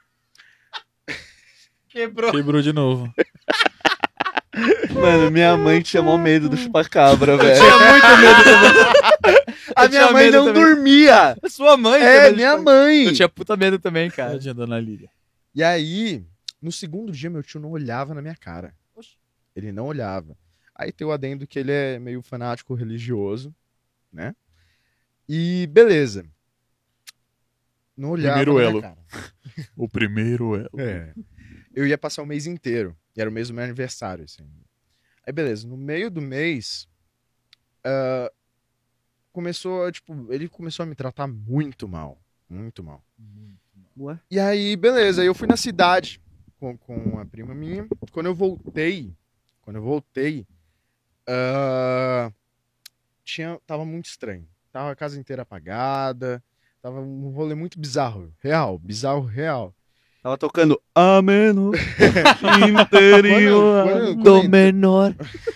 Quebrou. Quebrou de novo. Mano, minha mãe tinha mó medo do chupacabra, velho. Tinha muito medo também. A Eu minha tinha mãe medo não também. dormia. Sua mãe tinha É, medo de minha chupa- mãe. Eu tinha puta medo também, cara. Tadinha, dona Lília. E aí, no segundo dia, meu tio não olhava na minha cara. Oxi. Ele não olhava. Aí tem o adendo que ele é meio fanático religioso, né? E beleza. Não olhava Primeiro na minha elo. cara. O primeiro elo. É. Eu ia passar o mês inteiro. E era o mês do meu aniversário, assim. Aí, beleza. No meio do mês, ah, começou, a, tipo, ele começou a me tratar muito mal. Muito mal. Ué? E aí, beleza. Aí eu fui na cidade com, com a prima minha. Quando eu voltei, quando eu voltei, ah, tinha, tava muito estranho. Tava a casa inteira apagada. Tava um rolê muito bizarro. Real. Bizarro, real. Tava tocando ameno interior Quando- quando- do quando- menor.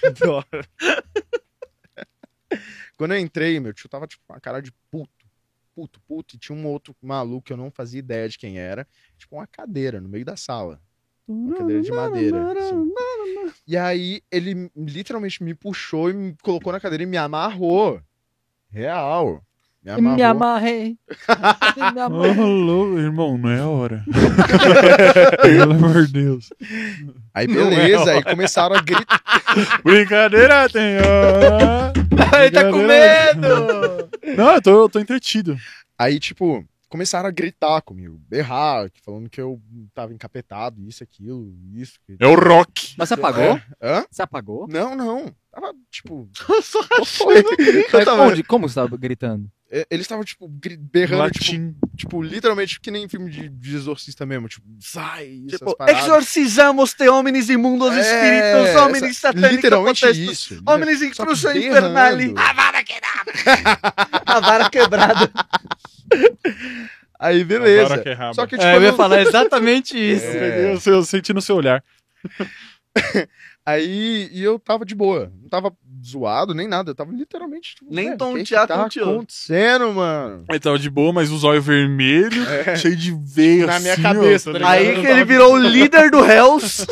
Quando eu entrei, meu tio tava tipo com uma cara de puto. Puto, puto. E tinha um outro maluco que eu não fazia ideia de quem era. Tipo uma cadeira no meio da sala. Uma cadeira de madeira. assim. E aí ele literalmente me puxou e me colocou na cadeira e me amarrou. Real. Me amarrou. Me amarrei. Me Ô, amarrei. louco, irmão, não é a hora. Pelo amor de Deus. Aí Não é beleza, aí hora. começaram a gritar. Brincadeira tem hora. Ele tá com Brincadeira- medo. Não, eu tô, eu tô entretido. Aí, tipo, começaram a gritar comigo, berrar, falando que eu tava encapetado, isso, aquilo, isso. que- É o rock. Mas você apagou? É. Hã? Você apagou? Não, não. Tava, tipo. Só foi? Mas Eu tava- onde? Como você tava gritando? É, Eles estavam, tipo, gri- berrando, tipo, Latim. tipo, literalmente que nem filme de, de exorcista mesmo. Tipo, sai, essas Tipo, paradas. exorcizamos te homines imundos É, espíritos, essa- homines satânicos, literalmente potestos, isso. homens Só em que cruza berrando. infernali. A vara quebrada. A vara quebrada. Aí, Agora beleza. que é rabo. Só que, tipo, É, eu ia não- falar exatamente isso. Eu É. peguei o seu- eu senti no seu olhar. aí e eu tava de boa. Não tava zoado nem nada. Eu tava literalmente. Tipo, Nem velho, tontear, o que que tá tonteou. acontecendo, mano? Ele tava de boa, mas os olhos vermelhos, É. cheio de veia Na minha assim, cabeça, ó, tá ligado? Aí Eu que tava- ele virou o líder do Hells.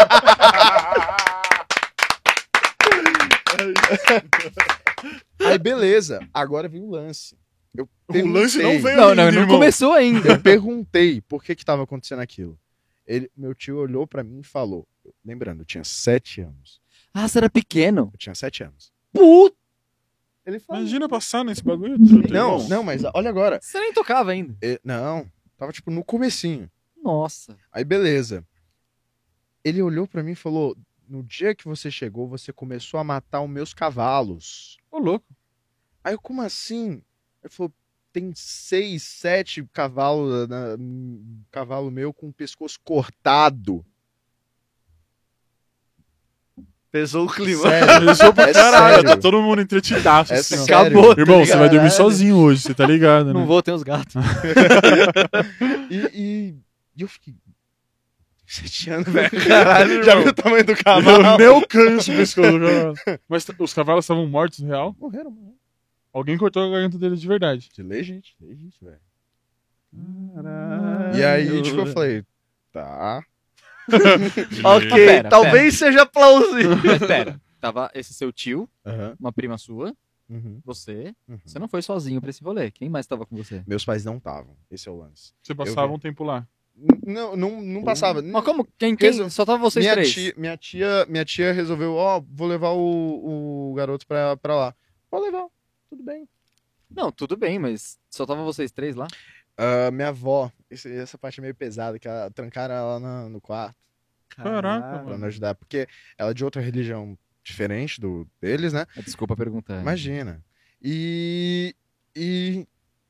Aí, beleza. Agora vem o lance. Eu O lance não perguntei- veio Não, ainda, não, não irmão. começou ainda. Eu perguntei por que que tava acontecendo aquilo. Ele, meu tio olhou pra mim e falou. Lembrando, eu tinha sete anos. Ah, você era pequeno. Eu tinha sete anos. Puta. Ele falou. Imagina passar nesse bagulho. truta, Não, irmão. não, mas olha agora. Você nem tocava ainda. É, não, tava tipo no comecinho. Nossa. Aí beleza. Ele olhou pra mim e falou: "No dia que você chegou, você começou a matar os meus cavalos." Ô, louco. Aí eu, como assim? Ele falou: "Tem seis, sete cavalos, na- um cavalo meu com o pescoço cortado." Pesou o clima. Sério. Começou pra É caralho, sério. tá todo mundo entretidaço. É assim, ó. sério. Acabou. tá Irmão, você vai dormir ligado? sozinho hoje, você tá ligado, né? Não vou ter os gatos. E, e- e eu fiquei. Sete anos, velho. Caralho, já irmão. viu o tamanho do Eu cavalo? nem alcanço o pescoço do cavalo. Mas t- os cavalos estavam mortos, real? Morreram, mano. Alguém cortou a garganta deles de verdade. De legítimo, legítimo, velho. E aí, tipo, eu falei, tá. Ok, Pera, talvez seja plausível. Mas pera, tava esse seu tio, Aham. uma prima sua, Uhum. você. Uhum. Você não foi sozinho pra esse rolê. Quem mais tava com você? Meus pais não estavam. Esse é o lance. Você passava vi. um tempo lá. N- Não, não, não passava. Mas como? Quem, quem? Resol- Só tava vocês minha três. tia, minha tia, minha tia resolveu, ó, vou levar o, o garoto pra, pra lá. Pode levar, tudo bem. Não, tudo bem, mas só tava vocês três lá? Ah, minha avó, esse- essa parte é meio pesada, que ela trancaram ela na- no quarto Caraca, pra não ajudar, porque ela é de outra religião diferente do deles, né? Ah, Desculpa perguntar. Imagina. E, e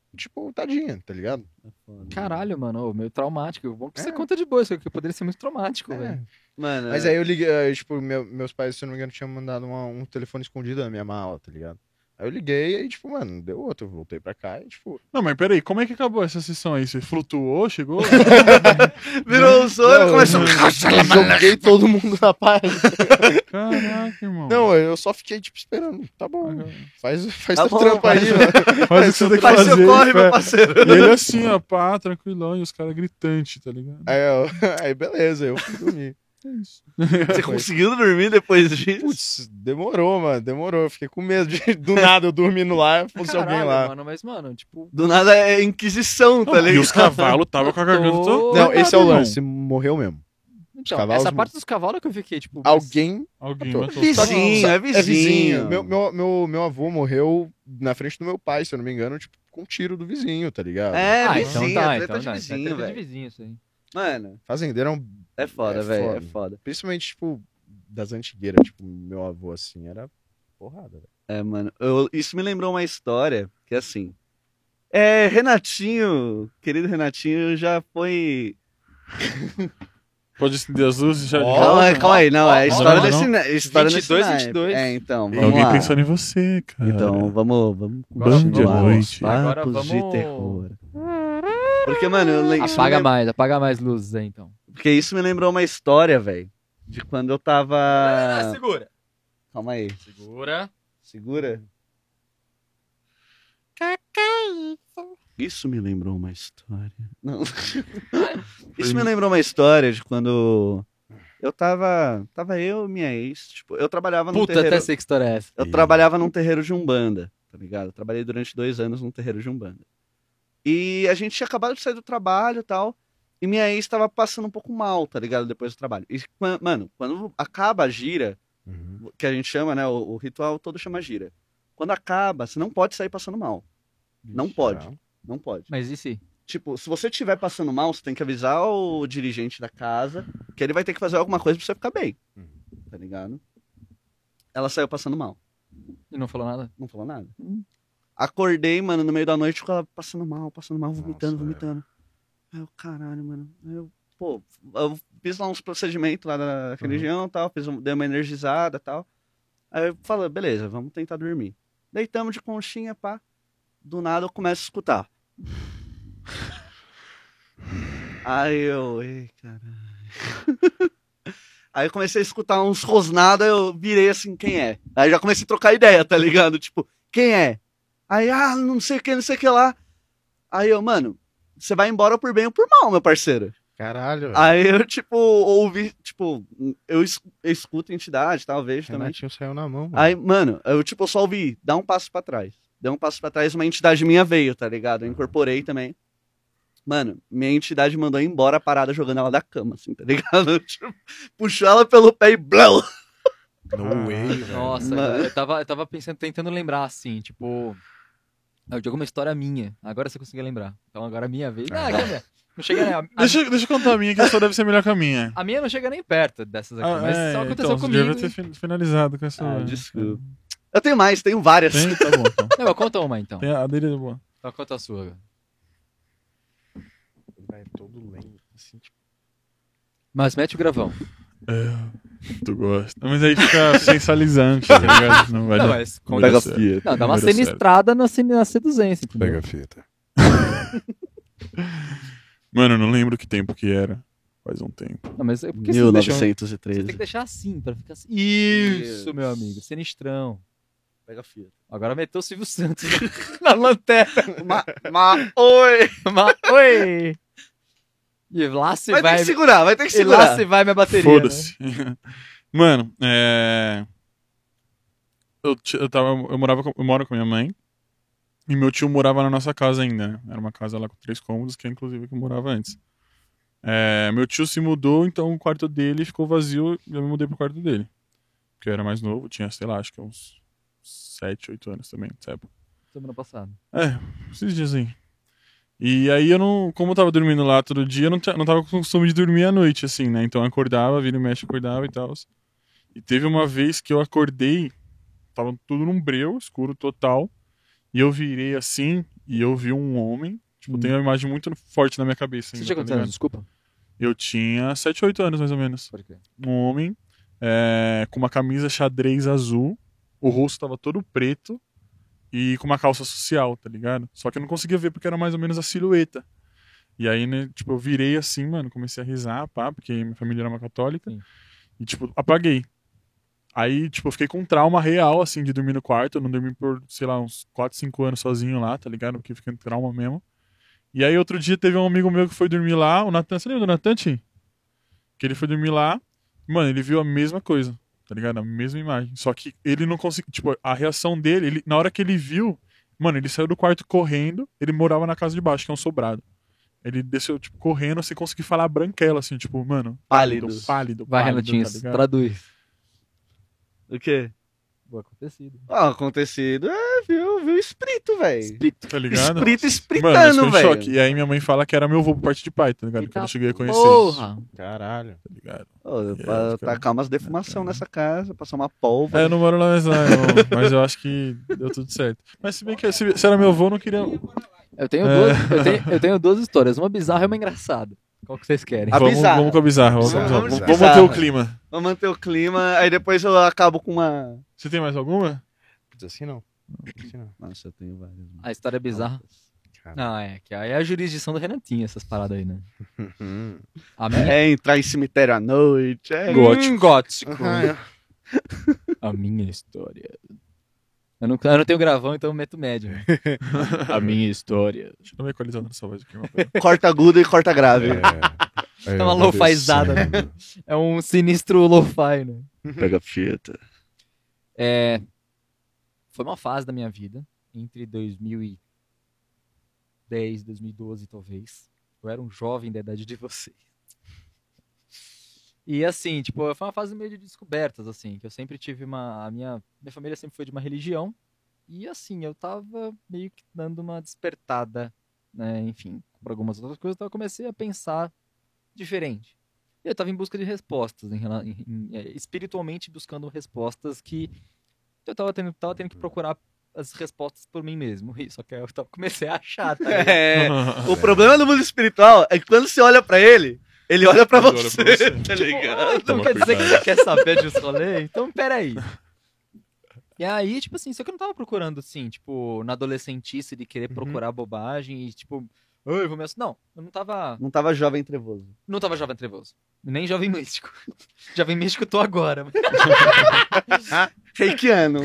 tipo, tadinha, tá ligado? Caralho, mano, ô, meio traumático. Bom que você É. conta de boa, isso aqui poderia ser muito traumático, É. velho. Mano, Mas aí eu liguei, aí, tipo, meu- meus pais, se eu não me engano, tinham mandado uma- um telefone escondido na minha mala, tá ligado? Aí eu liguei e aí, tipo, mano, deu outro. Eu voltei pra cá e, tipo. Não, mas peraí, como é que acabou essa sessão aí? Você flutuou, chegou? virou o sonho e Não, começou eu joguei todo mundo na paz. Caraca, irmão. Não, eu só fiquei, tipo, esperando. Tá bom, faz, faz Tá teu bom, trampo aí, faz- mano. Faz o que você tem que Faz fazer. seu corre, meu pé. parceiro. E ele assim, ó, pá, tranquilão, e os caras gritantes, tá ligado? Aí, eu- aí beleza, eu fui dormir. É isso. Você conseguiu dormir depois disso? Putz, demorou, mano, demorou. Eu fiquei com medo de, do nada, eu dormindo lá, fosse alguém Caralho, lá. mano, mas, mano, tipo... Do nada é Inquisição, tá Não, ligado? e os cavalos tava com a garganta Tô- toda. Não, esse é o irmão. lance, morreu mesmo. Então, cavalos- essa parte dos cavalos que eu fiquei, tipo... Alguém Alguém Tô- matou. Vizinho, é É vizinho. vizinho. Meu, meu, meu, meu avô morreu na frente do meu pai, se eu não me engano, tipo, com um tiro do vizinho, tá ligado? É, ah, vizinho, então tá, é treta então de tá. vizinho, é treta de velho. vizinho isso aí. Mano, Fazendeiro é um. é foda, É velho, é foda. foda. Principalmente, tipo, das antigueiras, tipo, meu avô assim, era porrada, velho. É, mano, eu- isso me lembrou uma história que, assim, é, Renatinho, querido Renatinho, já foi... Pode acender as luzes já. Ó, Calma aí, calma aí, não, é a ó, história não, desse... não. na- história vinte e dois, desse vinte e dois. naipe. É, então, Tem vamos alguém lá. pensando em você, cara. Então, vamos, vamos Band de continuar noite. os papos Agora de vamos- terror. Porque, mano, eu lembro... Apaga mais, apaga mais luzes aí, então. Porque isso me lembrou uma história, velho, de quando eu tava... segura. Calma aí, Segura. segura. Isso me lembrou uma história. Não. Isso me lembrou uma história de quando eu tava. Tava eu e minha ex. Tipo, eu trabalhava num Puta, terreiro. até sei que história é essa. Eu trabalhava num terreiro de Umbanda, tá ligado? Eu trabalhei durante dois anos num terreiro de Umbanda. E a gente tinha acabado de sair do trabalho e tal. E minha ex tava passando um pouco mal, tá ligado? Depois do trabalho. E, quan- mano, quando acaba a gira, que a gente chama, né? O, o ritual todo chama gira. Quando acaba, você não pode sair passando mal. Não pode. Não pode. Mas e se? Tipo, se você estiver passando mal, você tem que avisar o dirigente da casa que ele vai ter que fazer alguma coisa pra você ficar bem. Uhum. Tá ligado? Ela saiu passando mal. E não falou nada? Não falou nada. Acordei, mano, no meio da noite com ela passando mal, passando mal, vomitando, Nossa, vomitando. Aí eu, caralho, mano. Aí eu, pô, eu fiz lá uns procedimentos lá da religião e tal, fiz um, dei uma energizada e tal. Aí eu falei, beleza, vamos tentar dormir. Deitamos de conchinha, pá. Do nada eu começo a escutar. Aí eu, ei, caralho. Aí eu comecei a escutar uns rosnados, eu virei assim, quem é? Aí já comecei a trocar ideia, tá ligado? Tipo, quem é? Aí, ah, não sei o que, não sei o que lá. Aí eu, mano, você vai embora por bem ou por mal, meu parceiro. Caralho, velho. Aí eu, tipo, ouvi, tipo, eu, es- eu escuto a entidade, tal, vejo também. Renatinho saiu na mão, mano. Aí, mano, eu, tipo, só ouvi, dá um passo pra trás. Deu um passo pra trás, uma entidade minha veio, tá ligado? Eu incorporei também. Mano, minha entidade mandou embora a parada jogando ela da cama, assim, tá ligado? Tipo, puxou ela pelo pé e blá! No way, velho. Nossa, Mano. eu tava, eu tava pensando, tentando lembrar, assim, tipo... Eu de alguma história minha. Agora você conseguiu lembrar. Então agora a minha vez... Ah, calma. Não chega nem... A, a- Deixa, deixa eu contar a minha, que essa deve ser melhor que a minha. a minha não chega nem perto dessas aqui, Ah, mas é, só aconteceu então, comigo. Você devia ter fin- finalizado com essa. Ah, desculpa. Eu tenho mais, tenho várias. Tem? Tá bom, então. Não, conta uma então. Tem a dele é boa. Então conta a sua. Vai todo lento, assim, tipo... Mas mete o gravão. É, tu gosta. Mas aí fica sensualizante, tá ligado? Não vai Não, dar. mas não conta- vai Pega dar certo. fia. Não, dá uma Número certo. sinistrada na, sin- na C duzentos, entendeu? Pega a fita. Mano, eu não lembro que tempo que era. Faz um tempo. Não, mas é porque você, deixou, você tem que mil novecentos e treze. deixar assim, pra ficar assim. Isso, Isso. meu amigo, sinistrão. Pega fia. Agora meteu o Silvio Santos na lanterna. Ma, ma, oi! Mas, oi! E lá se Vai, vai... ter que segurar, vai ter que e lá segurar. se vai minha bateria. Foda-se. Mano, é. Eu, ti- eu, tava, eu, morava com, eu moro com minha mãe. E meu tio morava na nossa casa ainda, né? Era uma casa lá com três cômodos, que é inclusive que eu morava antes. É, meu tio se mudou, então o quarto dele ficou vazio e eu me mudei pro quarto dele. Porque eu era mais novo, tinha, sei lá, acho que uns sete, oito anos também, nessa época. Semana passada. É, esses dias aí. E aí eu não, como eu tava dormindo lá todo dia, eu não, tinha- não tava com o costume de dormir à noite, assim, né? Então eu acordava, vira e mexe, acordava e tal. E teve uma vez que eu acordei, tava tudo num breu, escuro total, e eu virei assim, e eu vi um homem, tipo, Hum. tem uma imagem muito forte na minha cabeça. Você ainda, tinha tá quantos anos? ligado? Desculpa. Eu tinha sete, oito anos, mais ou menos. Pode crer. Um homem é, com uma camisa xadrez azul, o rosto tava todo preto e com uma calça social, tá ligado? Só que eu não conseguia ver porque era mais ou menos a silhueta. E aí, né, tipo, eu virei assim, mano, comecei a risar, pá, porque minha família era uma católica. Sim. E, tipo, apaguei. Aí, tipo, eu fiquei com um trauma real, assim, de dormir no quarto. Eu não dormi por, sei lá, uns quatro, cinco anos sozinho lá, tá ligado? Porque eu fiquei com trauma mesmo. E aí, outro dia, teve um amigo meu que foi dormir lá, o Natan. Você lembra do Natan, Tim? Que ele foi dormir lá. Mano, ele viu a mesma coisa, tá ligado? A mesma imagem. Só que ele não conseguiu. Tipo, a reação dele, ele, na hora que ele viu, mano, ele saiu do quarto correndo. Ele morava na casa de baixo, que é um sobrado. Ele desceu, tipo, correndo, sem conseguir falar branquela, assim, tipo, mano, pálido, Pálidos. pálido, Vai, pálido, Renatinho, tá ligado? traduz. O quê? O acontecido. Ah, acontecido. É, viu, viu espírito, velho. Espírito. Tá ligado? Espírito Mano, eu espritando, fiquei em velho. choque. E aí minha mãe fala que era meu avô por parte de pai, tá ligado? Eita Que eu não cheguei a conhecer. Porra! Caralho. Tá ligado? Ô, É, pra fica- tacar umas defumação nessa casa, passar uma polva. É, eu não moro lá mais lá, não, mas eu acho que deu tudo certo. Mas se bem que se, se era meu avô, eu não queria. Eu tenho, É. duas, eu, tenho, eu tenho duas histórias, uma bizarra e uma engraçada. Qual que vocês querem? A vamos, bizarra. vamos com a bizarra. Vamos, com a bizarra. Vamos Vamos, com a vamos manter o bizarra. clima. Vamos manter o clima, aí depois eu acabo com uma. Você tem mais alguma? Putz, assim não. Assim não. Nossa, eu tenho várias. mano. A história é bizarra. Caralho. Não, é que aí é a jurisdição do Renatinho, essas paradas aí, né? Hum. A minha... É entrar em cemitério à noite. É. Gótico. Hum, gótico. Ah, A minha história. Eu não, eu não tenho gravão, então eu meto médio. Né? A minha história. Deixa eu dar uma equalizada nessa voz aqui. Uma coisa. Corta agudo e corta grave. é. É uma lo-fizada, né? É um sinistro lo-fi, né? Pega fita. É... Foi uma fase da minha vida, entre dois mil e dez, dois mil e doze, talvez. Eu era um jovem da idade de vocês. E assim, tipo, foi uma fase meio de descobertas, assim, que eu sempre tive uma... A minha, minha família sempre foi de uma religião, e assim, eu tava meio que dando uma despertada, né, enfim, por algumas outras coisas, então eu comecei a pensar diferente. E eu tava em busca de respostas, em, rela- em- em- é, espiritualmente buscando respostas que eu tava tendo, tava tendo que procurar as respostas por mim mesmo. E só que eu tava- comecei a achar, tá ligado? É. O problema do mundo espiritual é que quando você olha pra ele, ele olha pra Ele olha você. pra você. Tá ligado? Então Toma quer dizer que cuidado. você quer saber dos rolês? Então peraí. E aí, tipo assim, só que eu não tava procurando, assim, tipo, na adolescentice de querer Uhum. procurar bobagem e, tipo, ai, vou me ass-" Não, eu não tava. Não tava jovem trevoso. Não tava jovem trevoso. Nem jovem místico. Jovem místico eu tô agora. Reikiano.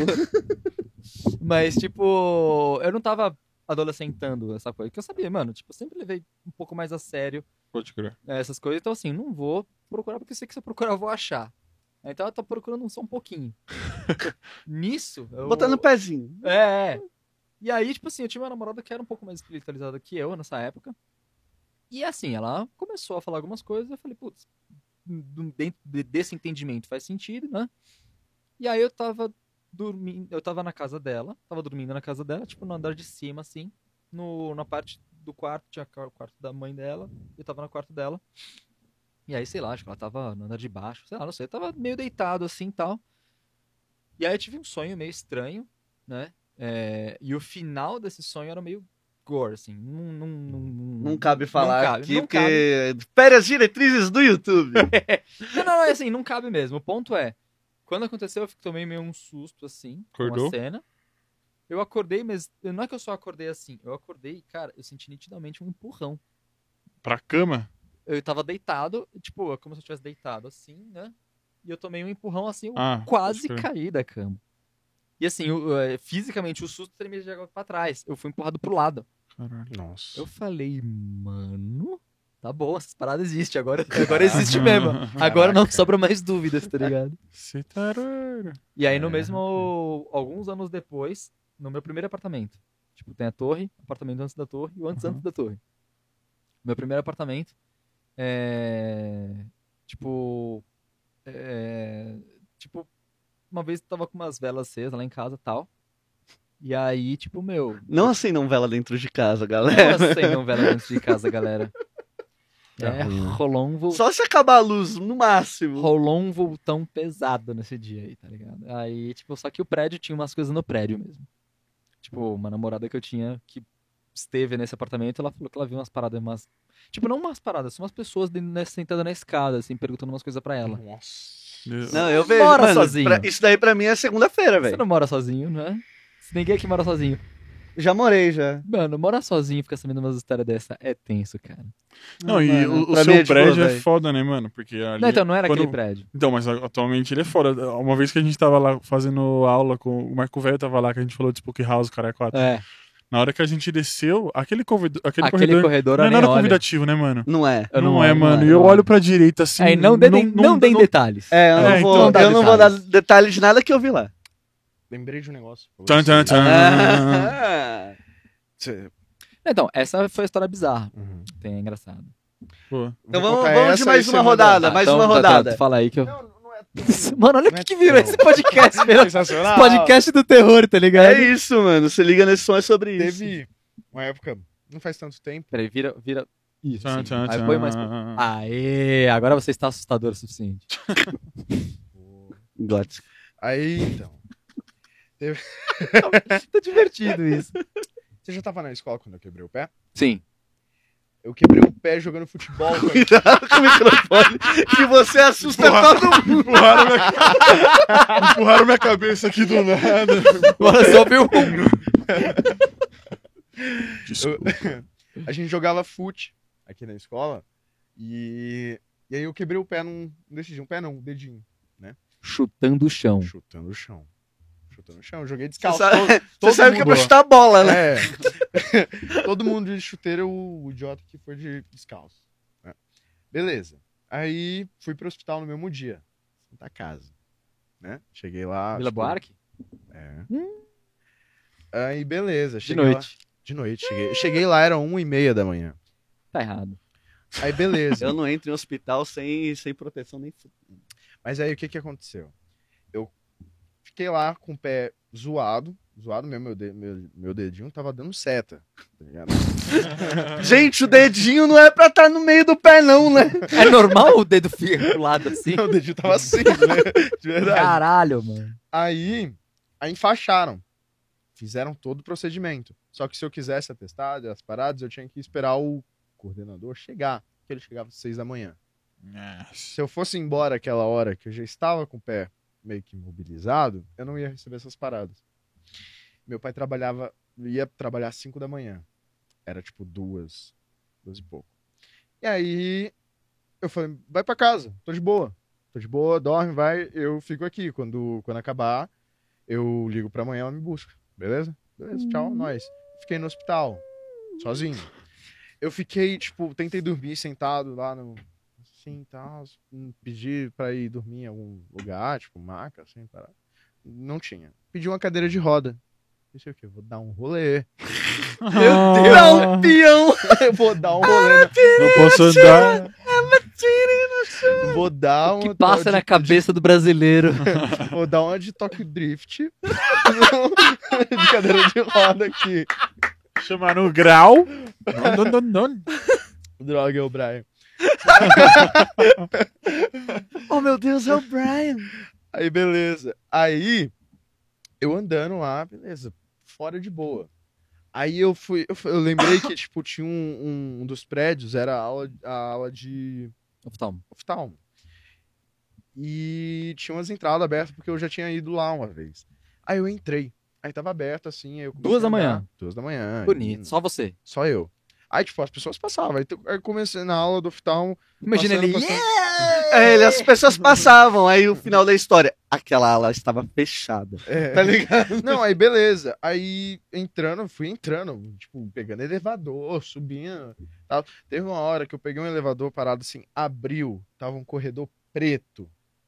Mas, tipo, eu não tava adolescentando essa coisa. Que eu sabia, mano, tipo, eu sempre levei um pouco mais a sério Pode crer. né, essas coisas. Então, assim, não vou procurar, porque eu sei que se eu procurar eu vou achar. Então eu tô procurando só um pouquinho. Nisso, eu... Botando o pezinho. É, é. E aí, tipo assim, eu tinha uma namorada que era um pouco mais espiritualizada que eu nessa época. E assim, ela começou a falar algumas coisas e eu falei, putz, dentro de- desse entendimento faz sentido, né? E aí eu tava dormindo, eu tava na casa dela, tava dormindo na casa dela, tipo no andar de cima, assim, no, na parte do quarto, tinha o quarto da mãe dela, eu tava no quarto dela. E aí, sei lá, acho que ela tava no andar de baixo, sei lá, não sei, eu tava meio deitado assim e tal. E aí eu tive um sonho meio estranho, né? É, e o final desse sonho era meio gore, assim. Não, não, não, Não cabe falar não cabe, aqui, não porque... Pere as diretrizes do YouTube. Não, não, não, é assim, não cabe mesmo. O ponto é, quando aconteceu, eu tomei meio um susto, assim, com Acordou? a cena. Eu acordei, mas não é que eu só acordei assim. Eu acordei e, cara, eu senti nitidamente um empurrão. Pra cama? Eu tava deitado, tipo, é como se eu tivesse deitado assim, né? E eu tomei um empurrão assim, eu Ah, quase pode crer. caí da cama. E assim, o- é, fisicamente, o susto teria me jogado pra trás. Eu fui empurrado pro lado. Caralho. Nossa. Eu falei, mano, tá bom, essas paradas existem. Agora, agora existe mesmo. Agora não Caraca. sobra mais dúvidas, tá ligado? Você tá doido. E aí, no É. mesmo. Alguns anos depois, no meu primeiro apartamento. Tipo, tem a torre, apartamento antes da torre e o antes Uhum. antes da torre. Meu primeiro apartamento. É. Tipo. É. Tipo, uma vez eu tava com umas velas acesas lá em casa e tal. E aí, tipo, meu. Não acendam vela dentro de casa, Não galera. acendam vela dentro de casa, galera. Tá É, ruim, né? rolou um, vul... Só se acabar a luz, no máximo. rolou um vultão pesado nesse dia aí, tá ligado? Aí, tipo, só que o prédio tinha umas coisas no prédio mesmo. Tipo, uma namorada que eu tinha que esteve nesse apartamento, ela falou que ela viu umas paradas, umas... Tipo, não umas paradas, são umas pessoas dentro, né, sentando na escada, assim, perguntando umas coisas pra ela. Nossa. Não, eu vejo. Mora mano, sozinho. pra- isso daí pra mim é segunda-feira, Você velho. não mora sozinho, né? Ninguém aqui mora sozinho. Já morei, já. Mano, morar sozinho e ficar sabendo umas histórias dessa é tenso, cara. Não, e mano, o, o pra seu mim é de boa, prédio é velho. foda, né, mano? Porque ali, Não, então não era quando- aquele prédio. Então, mas atualmente ele é foda. Uma vez que a gente tava lá fazendo aula com o Marco Velho, tava lá, que a gente falou de Spook House, cara, é quatro. É, Na hora que a gente desceu, aquele, convido, aquele, aquele corredor, corredor não é eu nem nada olho. convidativo, né, mano? Não é. Eu não, não é, olho, mano. não E é, eu não olho olho. pra direita, assim... É, e não, deem, não, deem detalhes. É, eu não, É, vou, então- eu não vou dar detalhe de nada que eu vi lá. Lembrei de um negócio. Tan, tan, tan. Ah. Você- Então, essa foi a história bizarra. Uhum. Tem, é engraçado. Pô. Então Vou vamos, contar vamos de essa mais e uma você manda- rodada, Tá, mais então, uma tá, rodada. tá, Fala aí que eu... Não, não é Mano, olha o Não é que, que virou tão- esse podcast, velho. sensacional. Podcast do terror, tá ligado? É isso, mano. Se liga nesse som, é sobre isso. Teve uma época, não faz tanto tempo. Peraí, vira... vira... Isso, Tchan, sim. tchan, Aí tchan. põe mais... Aê, agora você está assustador o suficiente. Gots. Aí, então. Tá divertido isso. Você já tava na escola quando eu quebrei o pé? Sim. Eu quebrei o pé jogando futebol. cara. Cuidado com o microfone, que você assusta Porra. todo mundo. Empurraram minha... Empurraram minha cabeça aqui do nada. Agora só viu um. Desculpa. A gente jogava fute aqui na escola. E, e aí eu quebrei o pé num. Não decidi, um pé não, um dedinho. Chutando o chão. Chutando o chão. Chutando o chão. Eu joguei Você descalço. sabe, todo- você todo sabe que é mundo- pra chutar a bola, né? É. Todo mundo de chuteiro, o idiota que foi de descalço. né? Beleza. Aí fui pro hospital no mesmo dia. Santa Casa. Né? Cheguei lá. Vila tipo, Buarque? É. Aí beleza. De cheguei lá- noite. De noite. Cheguei, cheguei lá, era uma e meia da manhã. Tá errado. Aí beleza. Eu não entro em hospital sem, sem proteção nem fu- Mas aí o que que aconteceu? Eu fiquei lá com o pé zoado. Zoado mesmo, meu, de- meu, meu dedinho tava dando seta. Tá ligado? Gente, o dedinho não é pra estar no meio do pé, não, né? É normal o dedo ficar pro lado assim? Meu dedinho tava assim, né? De verdade. Caralho, mano. Aí, aí enfaixaram. Fizeram todo o procedimento. Só que se eu quisesse atestado, as paradas, eu tinha que esperar o coordenador chegar. Que ele chegava às seis da manhã. Se eu fosse embora aquela hora que eu já estava com o pé meio que imobilizado, eu não ia receber essas paradas. Meu pai trabalhava, ia trabalhar às cinco da manhã. Era tipo duas, duas e pouco. E aí eu falei, vai pra casa, tô de boa. Tô de boa, dorme, vai, eu fico aqui. Quando, quando acabar, eu ligo pra amanhã, ela me busca. Beleza? Beleza, tchau, nós. Fiquei no hospital, sozinho. Eu fiquei, tipo, tentei dormir sentado lá no... Assim, tal, pedi pra ir dormir em algum lugar, tipo, maca, assim, para. Não tinha. Pedi uma cadeira de roda. Pensei o quê? Vou dar um rolê. Meu Deus! Dá um peão. Eu vou dar um rolê. Não posso andar. Vou dar O que uma. passa na cabeça do brasileiro? Vou dar uma de Tokyo Drift. De cadeira de roda aqui. Chamar no grau. Não, não, não, não. Droga, é o Brian. Oh, meu Deus, é o Brian. Aí, beleza. Aí, eu andando lá, beleza. Fora de boa. Aí eu fui, eu, fui- eu lembrei que, tipo, tinha um, um dos prédios, era a aula, a aula de Oftalmo. oftalmo. E tinha umas entradas abertas, porque eu já tinha ido lá uma vez. Aí eu entrei. Aí tava aberto, assim, aí eu comecei Duas da a andar. manhã. Duas da manhã. Bonito. Hum, Só você. Só eu. Aí, tipo, as pessoas passavam. Aí, tu- aí eu comecei na aula do oftalmo. Imagina passando, ele. passando. É, ele, as pessoas passavam, aí o final da história, aquela ala estava fechada. É. Tá ligado? Não, aí beleza. Aí entrando, fui entrando, tipo, pegando elevador, subindo. Tal. Teve uma hora que eu peguei um elevador parado assim, abriu, tava um corredor preto.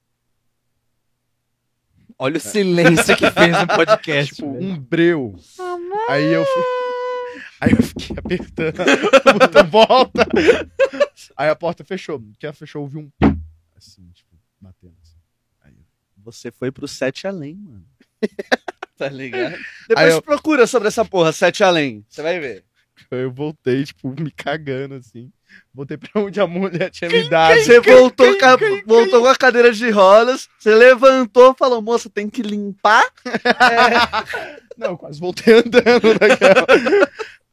Olha o silêncio que fez no podcast. Tipo, velho. um breu. Aí eu fui. Aí eu fiquei apertando o botão volta. Aí a porta fechou. Que ela fechou, eu vi um. Assim, tipo, batendo assim. Aí eu... Você foi pro Sete Além, mano. Tá ligado? Aí Depois eu- procura sobre essa porra, Sete Além. Você vai ver. eu voltei, tipo, me cagando assim. Voltei pra onde a mulher tinha me dado. Você voltou, com a, voltou com a cadeira de rodas, você levantou, falou, moça, tem que limpar. Não, eu quase voltei andando daquela.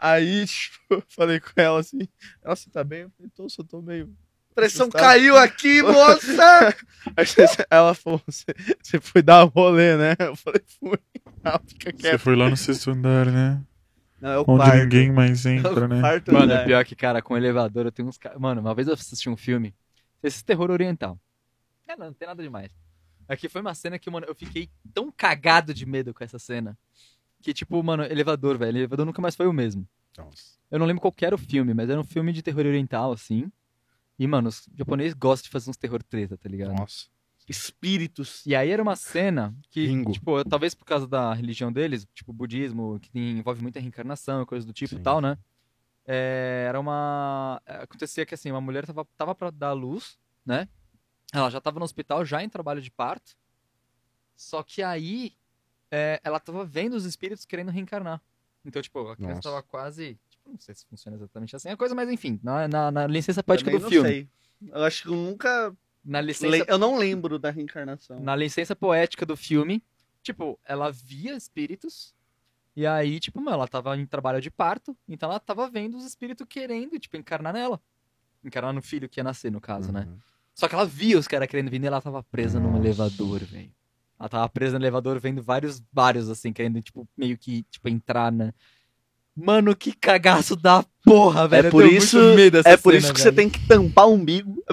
Aí, tipo, eu falei com ela assim, ela, você tá bem? Eu falei, tô, só tô meio... Pressão assustado. caiu aqui, moça! Aí você- ela falou, você, você foi dar um rolê, né? Eu falei, fui. Ela fica Você quieta. foi lá no sexto andar, né? Não, é o Onde quarto. ninguém mais É entra, o né? quarto Mano, andar. é pior que, cara, com elevador eu tenho uns caras. Mano, uma vez eu assisti um filme, esse terror oriental. É, não, não tem nada demais. Aqui foi uma cena que, mano, eu fiquei tão cagado de medo com essa cena. Que, tipo, mano, elevador, velho. Elevador nunca mais foi o mesmo. Nossa. Eu não lembro qual que era o filme, mas era um filme de terror oriental, assim. E, mano, os japoneses gostam de fazer uns terror treta, tá ligado? Nossa. Espíritos. E aí era uma cena que, Ringo. tipo, eu- talvez por causa da religião deles, tipo, budismo, que tem- envolve muita reencarnação e coisas do tipo e Sim. tal, né? É, era uma... Acontecia que, assim, uma mulher tava, tava pra dar luz, né? Ela já tava no hospital, já em trabalho de parto. Só que aí, é, ela tava vendo os espíritos querendo reencarnar. Então, tipo, a criança Nossa. tava quase... Tipo, não sei se funciona exatamente assim a coisa, mas enfim, na, na, na licença poética Também do não filme. sei. Eu acho que eu nunca... Na licença le- Eu não lembro da reencarnação. na licença poética do filme, tipo, ela via espíritos, e aí, tipo, mano, ela tava em trabalho de parto, então ela tava vendo os espíritos querendo, tipo, encarnar nela. Encarnar no filho que ia nascer, no caso, né? Uhum. Só que ela via os caras querendo vir e ela tava presa num elevador, velho. Ela tava presa no elevador vendo vários, vários, assim, querendo, tipo, meio que, tipo, entrar na... Mano, que cagaço da porra, velho. É Eu por tenho isso, muito medo dessa é por cena, isso que velho. você tem que tampar o umbigo.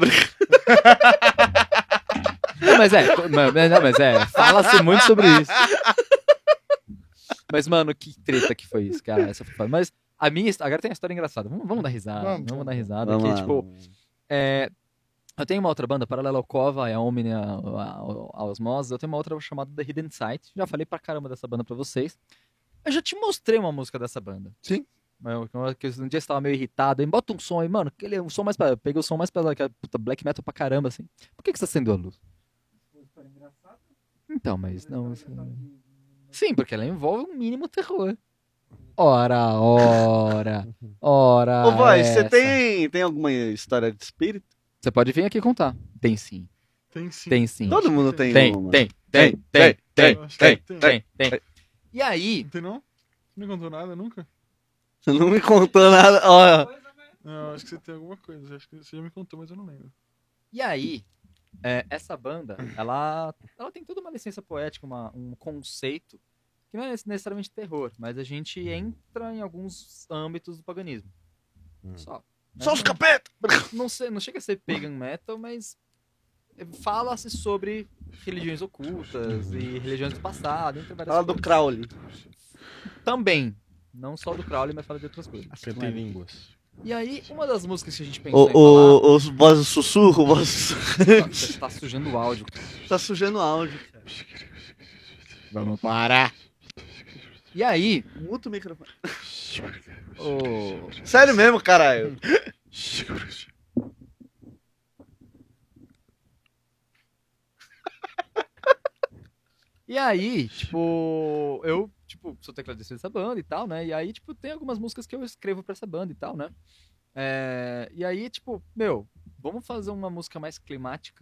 Não, mas é, mas- não, mas é, fala-se muito sobre isso. Mas, mano, que treta que foi isso, cara. Essa foi foda. Mas a minha his- agora tem uma história engraçada. Vamos, vamos dar risada. Vamos, Vamos, vamos. dar risada. Vamos Porque, lá, tipo, vamos. é, eu tenho uma outra banda, paralela ao Cova, a Omni, a, a, a Osmose. Eu tenho uma outra chamada The Hidden Sight. Já falei pra caramba dessa banda pra vocês. Eu já te mostrei uma música dessa banda. Sim. Eu, eu- que um dia você tava meio irritado, aí bota um som aí, mano. Aquele, um som mais pesado. Eu peguei o som mais pesado, que é puta, black metal pra caramba, assim. Por que, que você acendeu a luz? Então, mas não. Assim... Sim, porque ela envolve um mínimo terror. Ora, ora, ora. Ô, voz, essa. você tem, tem alguma história de espírito? Você pode vir aqui contar. Tem sim. Tem sim. Tem sim. Todo mundo tem, Tem, uma. tem, tem, tem, tem, Acho que tem, tem. tem, tem. E aí, Não tem não? Você não me contou nada nunca? Você não me contou nada. Ó, Não, acho que você tem alguma coisa. Acho que você já me contou, mas eu não lembro. e aí, é, essa banda, ela, ela tem toda uma licença poética, uma, um conceito que não é necessariamente terror, mas a gente entra em alguns âmbitos do paganismo. Hum. Só. né? só os Não- capetas! não, sei, não chega a ser pagan metal, mas fala-se sobre religiões ocultas e religiões do passado, entre várias Fala do coisas. Crowley. Também. Não só do Crowley, mas fala de outras coisas. Canta em línguas. E aí, uma das músicas que a gente pensou O, em falar... o, os voz sussurro, voz... Tá- Você tá sujando o áudio. tá sujando o áudio. cara. Vamos parar. E aí, Muta o microfone. o... Sério mesmo, caralho. E aí, tipo, eu, tipo, sou tecladista dessa banda e tal, né? E aí, tipo, tem algumas músicas que eu escrevo pra essa banda e tal, né? É, e aí, tipo, meu, vamos fazer uma música mais climática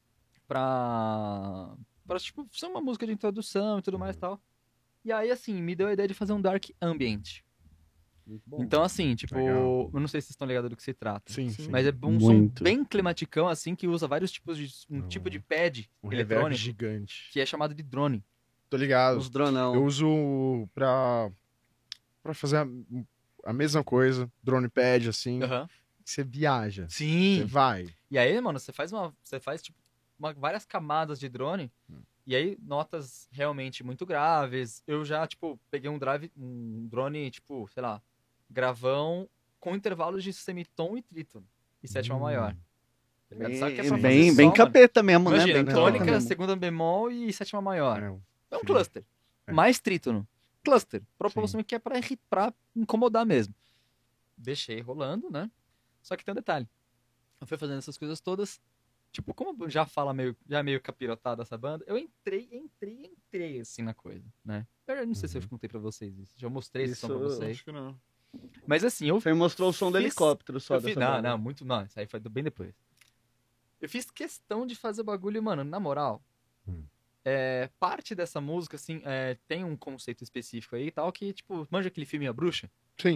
pra, pra, tipo, ser uma música de introdução e tudo mais e tal. E aí, assim, me deu a ideia de fazer um dark ambient. Então, assim, tipo, Legal. eu não sei se vocês estão ligados do que se trata. Sim, sim. Mas é um Muito. som bem climaticão, assim, que usa vários tipos de... Um Uhum. tipo de pad Um reverb eletrônico, gigante. que é chamado de drone. Tô ligado. Os dronão. Eu uso pra, pra fazer a, a mesma coisa, drone pad, assim. Aham. Você viaja. Você Sim. vai. E aí, mano, você faz uma. Você faz, tipo, uma- várias camadas de drone. Hum. E aí, notas realmente muito graves. Eu já, tipo, peguei um drive, um drone, tipo, sei lá, gravão com intervalos de semitom e trítono. E sétima Hum. maior. Tá ligado? Bem, Sabe que é pra fazer bem, só, bem mano? capeta mesmo, Imagina, né? Bem capeta tônica, mesmo. segunda bemol e sétima maior. Não. É um Sim. cluster. É. Mais trítono. Cluster. Sim. Proporcionalmente que é pra, irri- pra incomodar mesmo. Deixei rolando, né? Só que tem um detalhe. Eu fui fazendo essas coisas todas. Tipo, como já fala meio, já meio capirotado essa banda, eu entrei, entrei, entrei assim na coisa, né? Eu não sei se eu Uhum. contei pra vocês isso. Já mostrei esse som pra Isso- vocês. Acho que não. Mas assim, eu Você mostrou o som do Fiz- helicóptero só eu fiz, dessa não, banda. não, muito não. Isso aí foi bem depois. Eu fiz questão de fazer o bagulho, mano, na moral. Hum. É, parte dessa música, assim, é, tem um conceito específico aí e tal, que, tipo, manja aquele filme A Bruxa? Sim.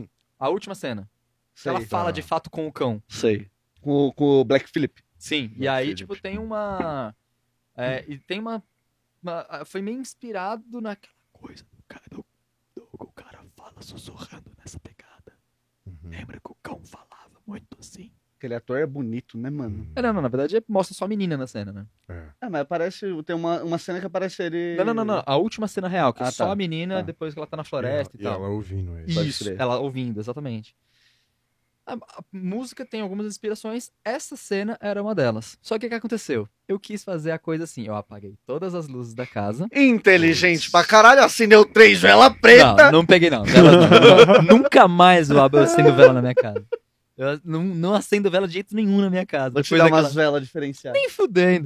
A última cena. Que Sei, ela fala tá. de fato com o cão. sei. Com, com o Black Phillip. Sim, e Black aí, Phillip. tipo, tem uma... é, e tem uma, uma- foi meio inspirado naquela coisa do cara, do, do- o cara fala sussurrando nessa pegada. Uhum. Lembra que o cão falava muito assim? Aquele ator é bonito, né, mano? É, não, não, na verdade mostra só a menina na cena, né? É. Ah, mas parece. Tem uma, uma cena que aparece ele. Não, não, não, não, a última cena real, que é Ah, só tá. a menina Tá. depois que ela tá na floresta e, e tal. ela ouvindo ele. Pode Isso, crer. ela ouvindo, exatamente. A, a música tem algumas inspirações, essa cena era uma delas. Só que o que aconteceu? Eu quis fazer a coisa assim, eu apaguei todas as luzes da casa. Inteligente pra caralho, acendeu três velas preta. Não, não peguei não, velas não. Nunca mais eu abro- eu acendo vela na minha casa. Eu não, não acendo vela de jeito nenhum na minha casa. Vou te Depois dar daquela- umas velas diferenciadas. Nem fudendo.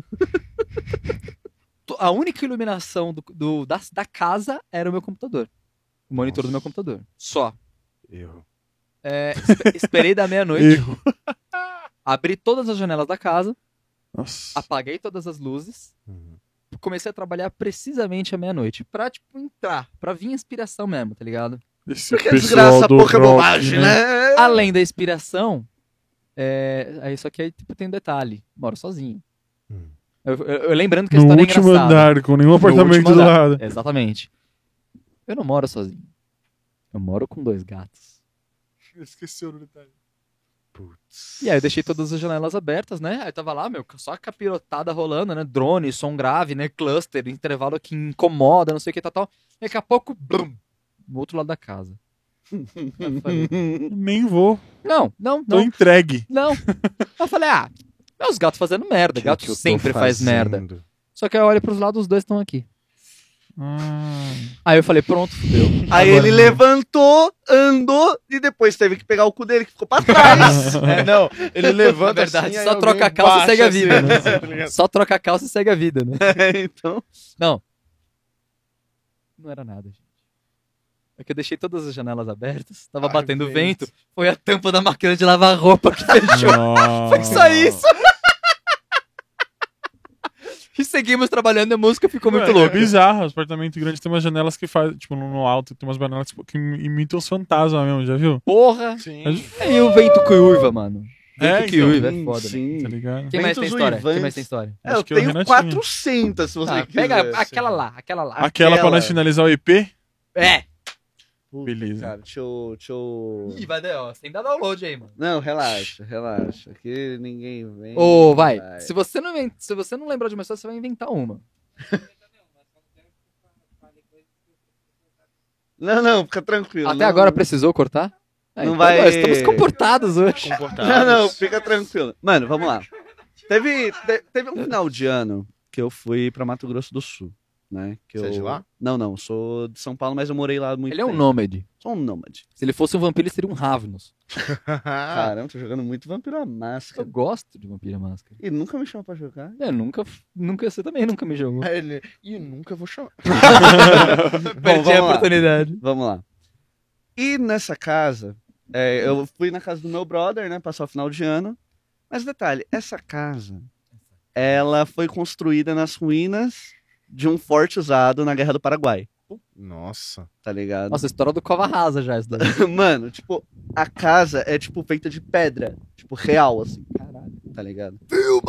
A única iluminação do, do- da, da casa era o meu computador. O monitor Nossa. do meu computador. Só. Erro. É, espe- esperei da meia-noite, Erro. abri todas as janelas da casa, Nossa. apaguei todas as luzes, Uhum. comecei a trabalhar precisamente à meia-noite. Pra, tipo, entrar, pra vir inspiração mesmo, tá ligado? Esse Porque pessoal desgraça, do pouca rock, bobagem, né? Além da inspiração, é, aí só que aí tipo, tem um detalhe. Moro sozinho. Hum. Eu, eu- eu lembrando que a No história é último engraçada. andar, com nenhum No apartamento último do andar. lado. Exatamente. Eu não moro sozinho. Eu moro com dois gatos. Esqueceu do detalhe. Putz. E aí eu deixei todas as janelas abertas, né? Aí tava lá, meu, só a capirotada rolando, né? Drone, som grave, né? Cluster, intervalo que incomoda, não sei o que, tal, tal. E daqui a pouco, blum, no outro lado da casa. Eu falei, Nem vou. não, não, Tô não, entregue. não. Eu falei, ah, é os gatos fazendo merda. Que Gato que eu tô sempre faz merda. fazendo? Só que aí eu olho pros lados, os dois estão aqui. Ah, Aí eu falei, pronto, fudeu. Aí Agora ele não. levantou, andou e depois teve que pegar o cu dele que ficou pra trás. É, não, ele levanta Na verdade, assim, aí só alguém troca a calça e baixa segue a assim, vida, né? tá ligado? Só troca a calça e segue a vida, né? então, Não. Não era nada, gente. É que eu deixei todas as janelas abertas, tava Ai, batendo vento. vento, foi a tampa da máquina de lavar roupa que fechou. nossa. Foi só isso. E seguimos trabalhando e a música ficou muito Mano, louca. É bizarro. Os apartamentos grandes tem umas janelas que faz, tipo, no no alto, tem umas janelas tipo, que imitam os fantasmas mesmo, já viu? Porra. Sim. E o vento que uiva, mano. Vento É, que então. uiva, é foda, né? sim. Tá ligado? Quem mais tem Ventos história? Quem uivantes. mais tem história? É, eu Acho que é o tenho Renatinho. quatrocentas, se você Ah, quiser. pega aquela lá, aquela lá. Aquela pra Aquela. nós finalizar o E P? É. Puta, Beleza. Cara, deixa eu, deixa eu... Ih, vai dar, ó. Sem dar download aí, mano. Não, relaxa, relaxa. Aqui ninguém vem. Ô, vai. Se você, não, invent- se você não lembrar de uma história, você vai inventar uma. Não, não, fica tranquilo. Até não- agora precisou cortar? Ah, Não então vai- nós estamos comportados hoje. Comportados. Não, não, fica tranquilo. Mano, vamos lá. Teve, te- teve um final de ano que eu fui pra Mato Grosso do Sul, né? Que Você eu... é de lá? Não, não, sou de São Paulo, mas eu morei lá muito Ele é um tempo. nômade. Sou um nômade. Se ele fosse um vampiro, ele seria um Ravnus. Caramba, tô jogando muito Vampiro à Eu Máscara. gosto de Vampiro à Máscara. E nunca me chama pra jogar. Eu nunca, nunca, você também nunca me jogou. Aí ele, Ih, nunca vou chamar. Perdi vamos a lá. oportunidade. Vamos lá. E nessa casa, é, eu fui na casa do meu brother, né? Passar o final de ano. Mas detalhe, essa casa, ela foi construída nas ruínas de um forte usado na Guerra do Paraguai. Nossa. Tá ligado? Nossa, a história do Cova Rasa já, isso daí. Mano, tipo, a casa é, tipo, feita de pedra. Tipo, real, assim. Caralho, tá ligado?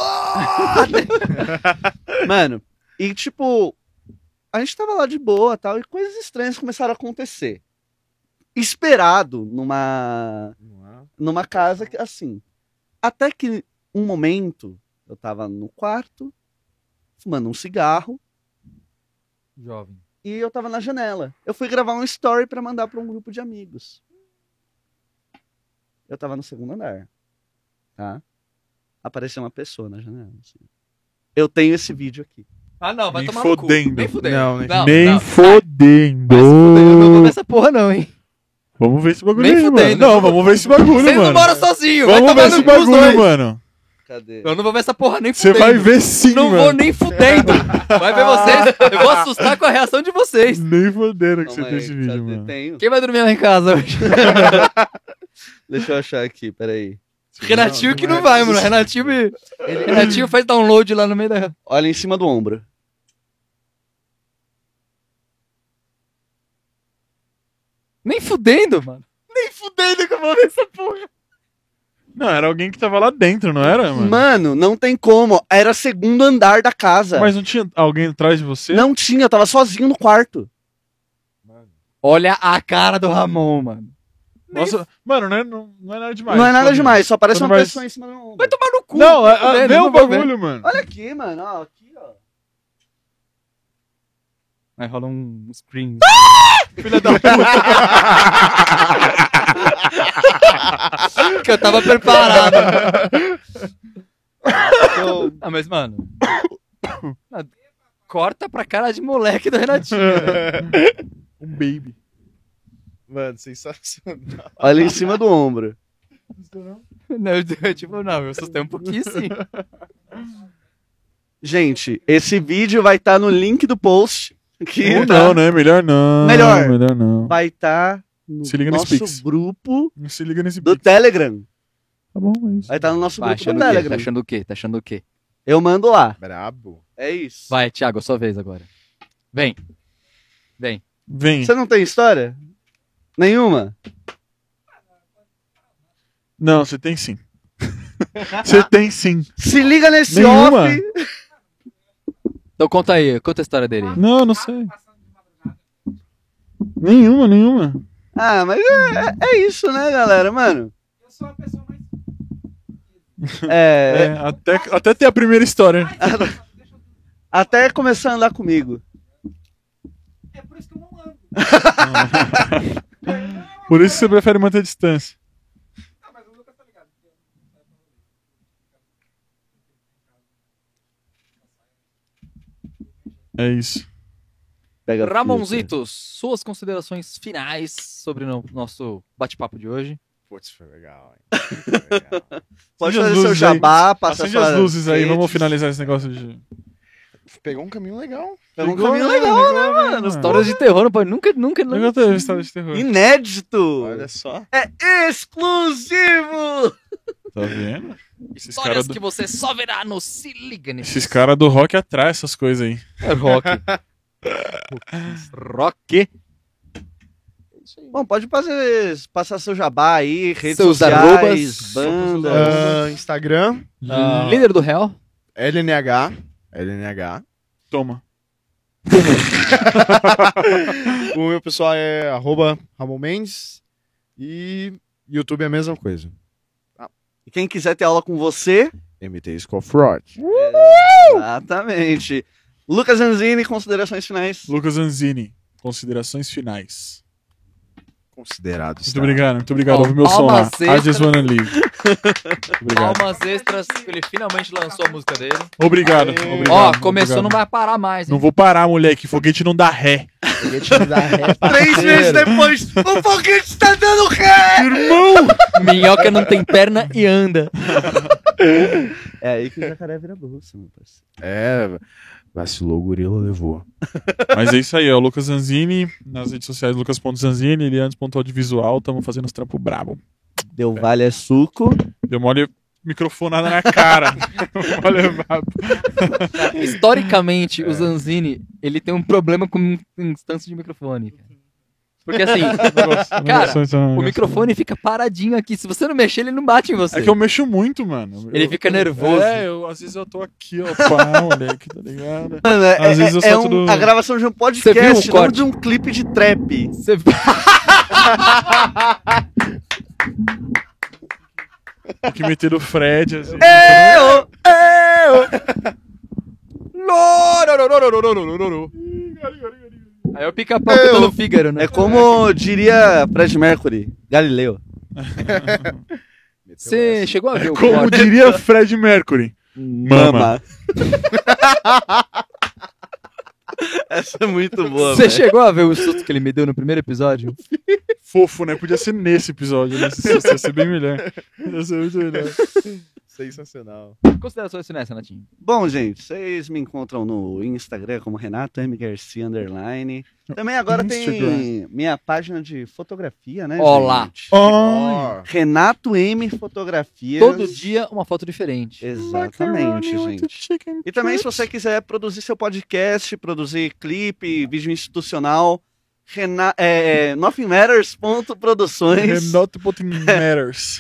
Mano, e tipo, a gente tava lá de boa tal, e coisas estranhas começaram a acontecer. Esperado numa, Não é? numa casa que, assim. Até que um momento, eu tava no quarto, fumando um cigarro, Jovem. e eu tava na janela. Eu fui gravar um story pra mandar pra um grupo de amigos. Eu tava no segundo andar. Tá? Apareceu uma pessoa na janela. assim. Eu tenho esse vídeo aqui. Ah, não, vai Nem tomar no cu. fodendo. Nem fudendo. Não, nem- Nem não. fodendo. Vai se fuder, eu não vou ver essa porra não, hein. Vamos ver esse bagulho Nem aí, fudendo. mano. Não, vamos ver esse bagulho, Vocês não mano. moram sozinho, Vamos vai ver tomar esse no cu os bagulho, dois. mano. Cadê? Eu não vou ver essa porra nem Você fudendo. vai ver sim, Não mano. vou nem fudendo. Vai ver vocês. Eu vou assustar com a reação de vocês. Nem fodendo que Calma você tem aí, esse vídeo, cadê? mano. Tenho. Quem vai dormir lá em casa hoje? Deixa eu achar aqui, peraí. Renatinho que não é vai, mano. Renatinho, me... Renatinho faz download lá no meio da... Olha em cima do ombro. Nem fudendo, mano. Nem fudendo que eu vou ver essa porra. Não, era alguém que tava lá dentro, não era, mano? Mano, não tem como. Era segundo andar da casa. Mas não tinha alguém atrás de você? Não tinha, eu tava sozinho no quarto. Olha a cara do Ramon, mano. Nossa, mano, não é, não, não é nada demais. não é nada Só- demais, só parece Quando uma vai- pessoa em cima do ombro. Vai tomar no cu. Não, Tô é, é, vendo, vê o não vou ver. bagulho, mano. Olha aqui, mano, ó, aqui, ó. Aí rola um screen. Filha da puta. que eu tava preparado. Ah, mas, mano. ah, Corta pra cara de moleque do Renatinho. velho. Um baby. Mano, sensacional. Olha em cima do ombro. Não, eu, tipo, não, eu assustei um pouquinho sim. Gente, esse vídeo vai estar no link do post. Que Ou tá- não, né? Melhor não. Melhor. Melhor não. Vai estar no Se liga nesse nosso Pix. grupo Não se liga nesse do Pix. Telegram. Tá bom, é isso. Vai estar no nosso Vai, grupo do achando o quê? Tá Telegram. achando o quê? Tá achando o quê? Eu mando lá. Brabo. É isso. Vai, Thiago, sua vez agora. Vem. Vem. Vem. Você não tem história? Nenhuma? Não, você tem sim. Você tem sim. Se liga nesse Nenhuma. off. Então conta aí, conta a história dele. Não, não sei. Nenhuma, nenhuma. Ah, mas é, é isso, né, galera? Mano. Eu sou a pessoa mais. É, É, até, até ter a primeira história. até começar a andar comigo. É por isso que eu não ando. Por isso que você prefere manter a distância. Ah, mas o Lucas tá ligado. É isso. Pega a Ramonzitos, suas considerações finais sobre o nosso bate-papo de hoje. Putz, foi legal, hein? Foi legal. Pode Acende as fazer seu luzes jabá, passar Acende as luzes aí, vamos redes. finalizar esse negócio de. Pegou um caminho legal. Pegou um Pegou, caminho né? legal, Pegou, né, né, mano? mano? Histórias de terror, não pode nunca, nunca, nunca. Nunca teve história de terror. Inédito! Olha só. É exclusivo! Tá vendo? Esses Histórias caras do, que você só verá no Se Liga Nisso. esses cara do rock atrás essas coisas aí. É rock. rock. Bom, pode fazer, passar seu jabá aí, redes Seus sociais, arrobas. bandas. Ah, Instagram, Ah, líder do réu. L N H. L N H. Toma. O meu pessoal é arroba Ramon Mendes. E YouTube é a mesma coisa. E quem quiser ter aula com você, M T School of Rock. exatamente. Lucas Anzini, considerações finais. Lucas Anzini, considerações finais. Considerado. Muito obrigado, muito obrigado. Ó, Ouve meu som lá. palmas I just extras. wanna live. Muito obrigado. Palmas extras, que ele finalmente lançou a música dele. Obrigado. Aê. obrigado Ó, começou, obrigado. não vai parar mais, hein? Não vou parar, moleque. Foguete não dá ré. Três meses depois, o foguete tá dando ré! Irmão! Minhoca não tem perna e anda. É aí que o jacaré vira bolsa, meu parceiro. É, vacilou, o gorila levou. Mas é isso aí, ó. Lucas Zanzini, nas redes sociais, lucas.zanzini, eliandes.audiovisual, tamo fazendo os trampos brabo. Deu vale é suco. Deu mole microfonada na cara. Mole brabo. Historicamente, o Zanzini, ele tem um problema com instância de microfone. Porque assim, cara, o microfone fica paradinho aqui. Se você não mexer, ele não bate em você. É que eu mexo muito, mano. Ele Eu- fica eu- nervoso. É, eu, às vezes eu tô aqui, ó, pá, moleque, tá ligado? Mano, é, Às vezes eu é solto um- do- a gravação de um Você viu podcast, o não corte? de um clipe de trap. Você... Tem que meter o Fred, assim. Eu, Aí é o pica-pau que eu tô no Fígaro, né? É como diria Fred Mercury, Galileu. Você chegou a ver o Como corte? diria Fred Mercury. Mama. Essa é muito boa, Você velho. chegou a ver o susto que ele me deu no primeiro episódio? Fofo, né? Podia ser nesse episódio, né? Isso ia ser bem melhor. Ia ser muito melhor. Sensacional. Considerações finais, Renatinho. Bom, gente, vocês me encontram no Instagram como Renato M. Garcia Underline. Também agora tem Instagram. minha página de fotografia, né, Olá. gente? Oh, Renato M. Fotografias. Todo dia uma foto diferente. Exatamente, gente. E também, se você quiser produzir seu podcast, produzir clipe, vídeo institucional, Rena... é, nothingmatters.produções. Not putting matters.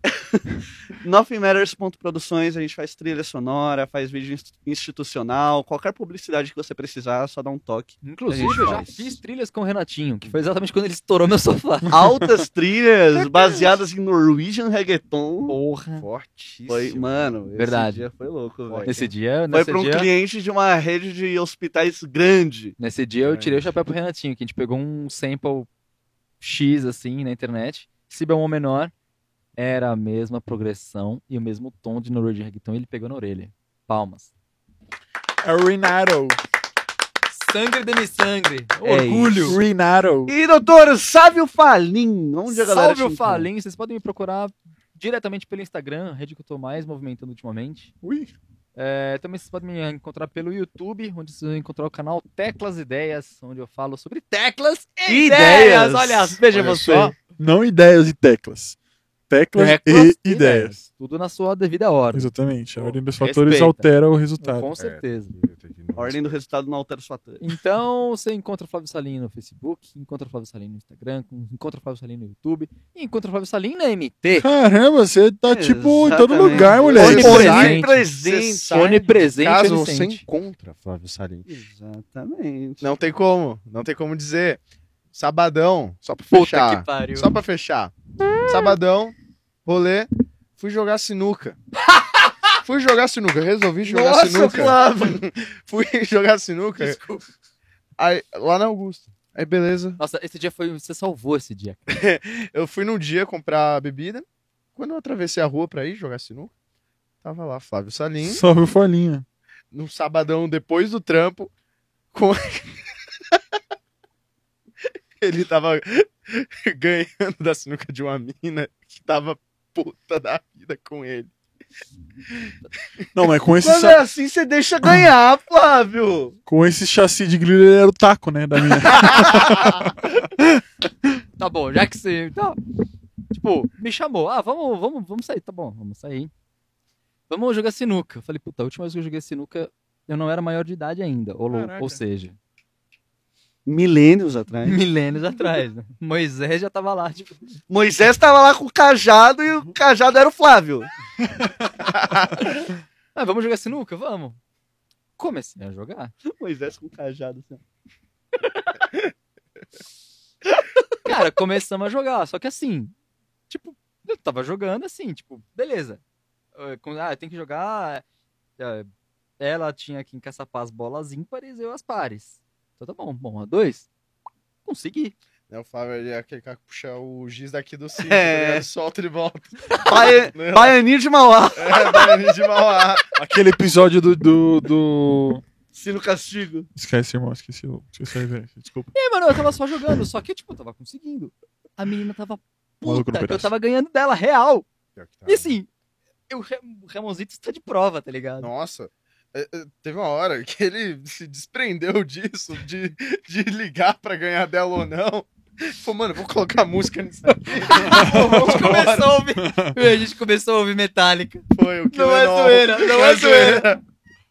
nothingmatters.produções, a gente faz trilha sonora, faz vídeo inst- institucional, qualquer publicidade que você precisar, só dá um toque. Inclusive, A gente eu já faz. fiz trilhas com o Renatinho, que foi exatamente quando ele estourou meu sofá. Altas trilhas baseadas em Norwegian Reggaeton. Porra. Fortíssimo. Foi, mano, esse Verdade. dia foi louco, velho. Nesse dia, Foi nesse pra um dia, cliente de uma rede de hospitais grande. nesse dia eu tirei o chapéu pro Renatinho, que a gente pegou um sample X, assim, na internet. Si bemol menor, era a mesma progressão e o mesmo tom de Norwegian Reggaeton, e ele pegou na orelha. Palmas. É o Renato. Sangre de mi sangre. É Orgulho. Renato. E doutor Sávio Falim, onde a galera Salve te o encontra? Falim, vocês podem me procurar diretamente pelo Instagram, a rede que eu tô mais movimentando ultimamente. Ui. É, também vocês podem me encontrar pelo YouTube, onde vocês vão encontrar o canal Teclas Ideias, onde eu falo sobre teclas e E ideias. ideias. Olha, veja Olha você. só. Não ideias e teclas. Teclas, Teclas e ideias. Tudo na sua devida ordem. Exatamente. A ordem dos fatores Respeita. altera o resultado. Com certeza. A ordem do resultado não altera os fatores. Então, você encontra o Flávio Salim no Facebook, encontra o Flávio Salim no Instagram, encontra o Flávio Salim no YouTube, e encontra o Flávio Salim na M T. Caramba, você tá tipo em todo Exatamente. lugar, moleque. Onipresente. Onipresente. Sai Onipresente, Caso você onisciente. encontra Flávio Salim. Exatamente. Não tem como, não tem como dizer. Sabadão, só pra Puta fechar. que pariu. Só pra fechar. Sabadão, rolê, fui jogar sinuca. Fui jogar sinuca, resolvi jogar Nossa, sinuca. Flávio. Fui jogar sinuca. Desculpa. Aí, lá na Augusta. Aí, beleza. Nossa, esse dia foi. Você salvou esse dia. Eu fui num dia comprar bebida. Quando eu atravessei a rua pra ir jogar sinuca, tava lá Flávio Salim. Salve o Folhinha. Num sabadão depois do trampo. Com... Ele tava ganhando da sinuca de uma mina que tava puta da vida com ele. Não, mas com esse, Quando cha- é assim, você deixa ganhar, Flávio. com esse chassi de grilo, ele era o taco, né, da minha. Tá bom, já que você. Tá, tipo, me chamou. Ah, vamos, vamos, vamos sair. Tá bom, vamos sair. Vamos jogar sinuca. Eu falei, puta, a última vez que eu joguei sinuca, eu não era maior de idade ainda. Ou, Caraca. ou seja, Milênios atrás. milênios atrás. Né? Moisés já tava lá, tipo. Moisés tava lá com o cajado e o cajado era o Flávio. Ah, vamos jogar sinuca? Vamos. Comecei a jogar. Moisés com o cajado. Assim. Cara, começamos a jogar. Só que assim, tipo, eu tava jogando assim, tipo, beleza. Eh, com- Ah, tem que jogar. eh, Ela tinha que encaçapar as bolas ímpares e eu as pares. Então tá bom. Bom, a dois. Consegui. Né, o Flávio ele é aquele cara que puxa o giz daqui do cinto, É. tá ligado? Solta e volta. Bai- Não. Baianinho de Mauá. É, Dani de Mauá. Aquele episódio do. do, do... Sino castigo. Esquece, irmão, esqueci, o- esqueci a referência, desculpa. E aí, mano, eu tava só jogando. Só que, tipo, eu tava conseguindo. A menina tava Maluco no puta que eu pedaço. tava ganhando dela, real. Pior que tá. E assim, eu, o Ramonzito está de prova, tá ligado? Nossa, é, é, teve uma hora que ele se desprendeu disso, de, de ligar pra ganhar dela ou não. Falou, mano, vou colocar música nisso aqui. A gente começou a ouvir, a gente começou a ouvir Metallica. Foi o que Não é zoeira, não é zoeira.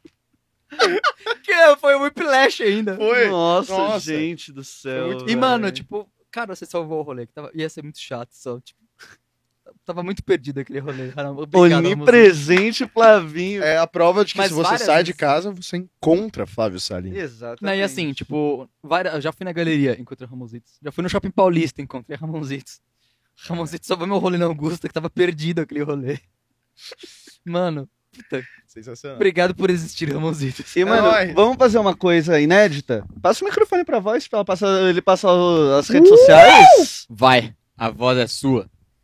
Que foi o Whiplash ainda. Foi. Nossa, Nossa. gente do céu. Foi muito- E, velho. mano, tipo, cara, você salvou o rolê, que tava, ia ser muito chato, só, tipo, tava muito perdido aquele rolê. Caramba, obrigado, Ramonzito. Onipresente Flavinho. É a prova de que Mas se você várias sai de vezes. casa, você encontra Flávio Salim. Exatamente. Não, e assim, tipo, várias, já fui na galeria, encontrei Ramonzitos. Já fui no Shopping Paulista, encontrei Ramonzitos. Ramonzitos salvou meu rolê na Augusta, que tava perdido aquele rolê. Mano, puta, Sensacional. obrigado por existir, Ramonzitos. E, mano, nóis. vamos fazer uma coisa inédita? Passa o microfone pra voz, pra ela passar, ele passa o- as redes sociais. Vai, a voz é sua.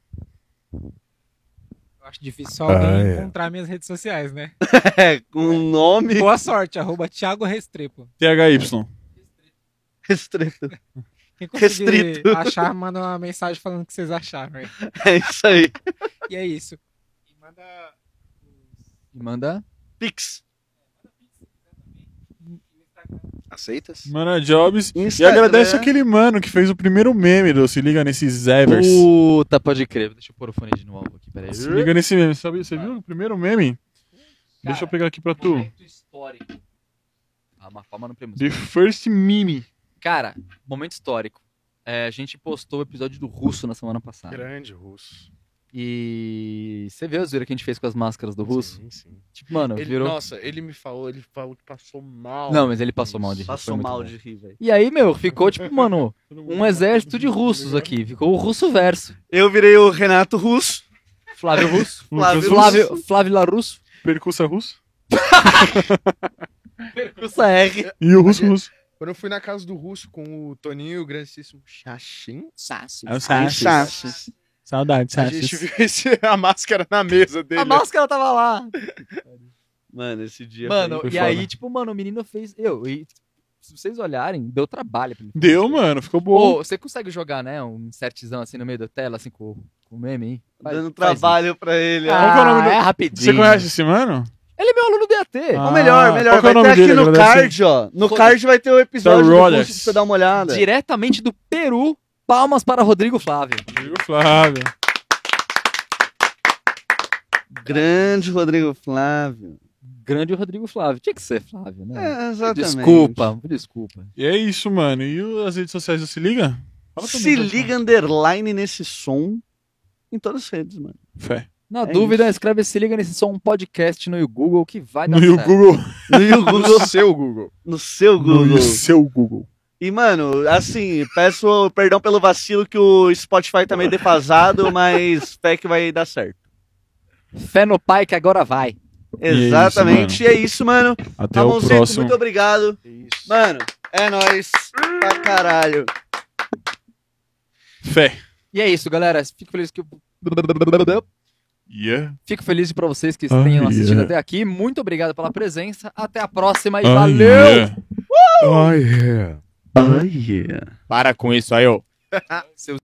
Eu acho difícil só alguém Ah, é. encontrar minhas redes sociais, né? É, com o nome Boa sorte, arroba Thiago Restrepo. T H Y. restrito. Quem conseguir Restrito. achar, manda uma mensagem falando o que vocês acharam. Aí. É isso aí. E é isso. E manda E manda. Pix. Aceitas? Mana Jobs. E Instagram. agradece aquele mano que fez o primeiro meme do Se Liga Nesses Evers. Puta, pode crer. Deixa eu pôr o fone de novo aqui, peraí. Se liga nesse meme. Sabe, você viu o primeiro meme? Deixa eu pegar aqui pra tu. Momento histórico. Ah, uma palma no prêmio. The first meme. Cara, momento histórico. É, a gente postou o episódio do Russo na semana passada. Grande russo. E você viu a zoeira que a gente fez com as máscaras do Russo? Sim, sim. Tipo, mano, Ele- virou... Nossa, ele me falou, ele falou que passou mal. Não, mas ele passou mal de rir. foi Passou muito mal bom. de rir, velho. E aí, meu, ficou tipo, mano, um exército de russos aqui. Ficou o russo verso. Eu virei o Renato Russo. Flávio Russo. Flávio Flávio, Flávio Larusso. Percurso russo. Percurso R. E o russo russo. Quando eu fui na casa do russo com o Toninho, o grandíssimo Xaxim, É o Sassi. Saudade, a gente viu esse- a máscara na mesa dele. A máscara tava lá. Mano, esse dia Mano, foi e foda. aí, tipo, mano, o menino fez... Eu, e se vocês olharem, deu trabalho pra ele. Deu, mano, ficou bom. Ô, você consegue jogar, né, um insertzão assim no meio da tela, assim, com, com o meme aí? Faz- dando faz trabalho pra ele. isso. ó. Qual que é o nome Ah, do- é rapidinho. Você conhece esse mano? Ele é meu aluno do D A T. Ah, Ou melhor, melhor, qual que é vai o nome ter aqui dele? no Agradece. card, ó. No Foda-se. card vai ter o episódio do Rollers. curso pra você dar uma olhada. Diretamente do Peru, palmas para Rodrigo Flávio. Rodrigo Flávio. Grande Rodrigo Flávio. Grande Rodrigo Flávio. Tinha que ser Flávio, né? É, exatamente. Desculpa, desculpa. E é isso, mano. E o- as redes sociais do Se Liga? Fala Se também, liga underline nesse som em todas as redes, mano. Fé. Na É dúvida, isso. escreve Se Liga Nesse Som um podcast no Google que vai dar No certo. Google. No Google, No seu Google. no seu Google. No seu Google. E, mano, assim, peço perdão pelo vacilo que o Spotify tá meio defasado, mas fé que vai dar certo. Fé no pai que agora vai. é isso, Exatamente. E é isso, mano. Até o Ramonzito, próximo. muito obrigado. Isso. Mano, é nóis. Pra caralho. Fé. E é isso, galera. Fico feliz que... Yeah. Fico feliz pra vocês que Ah, tenham assistido yeah. até aqui. Muito obrigado pela presença. Até a próxima e Ah, valeu! yeah. Oh, yeah. Oh, yeah. Para com isso aí, ó. Seus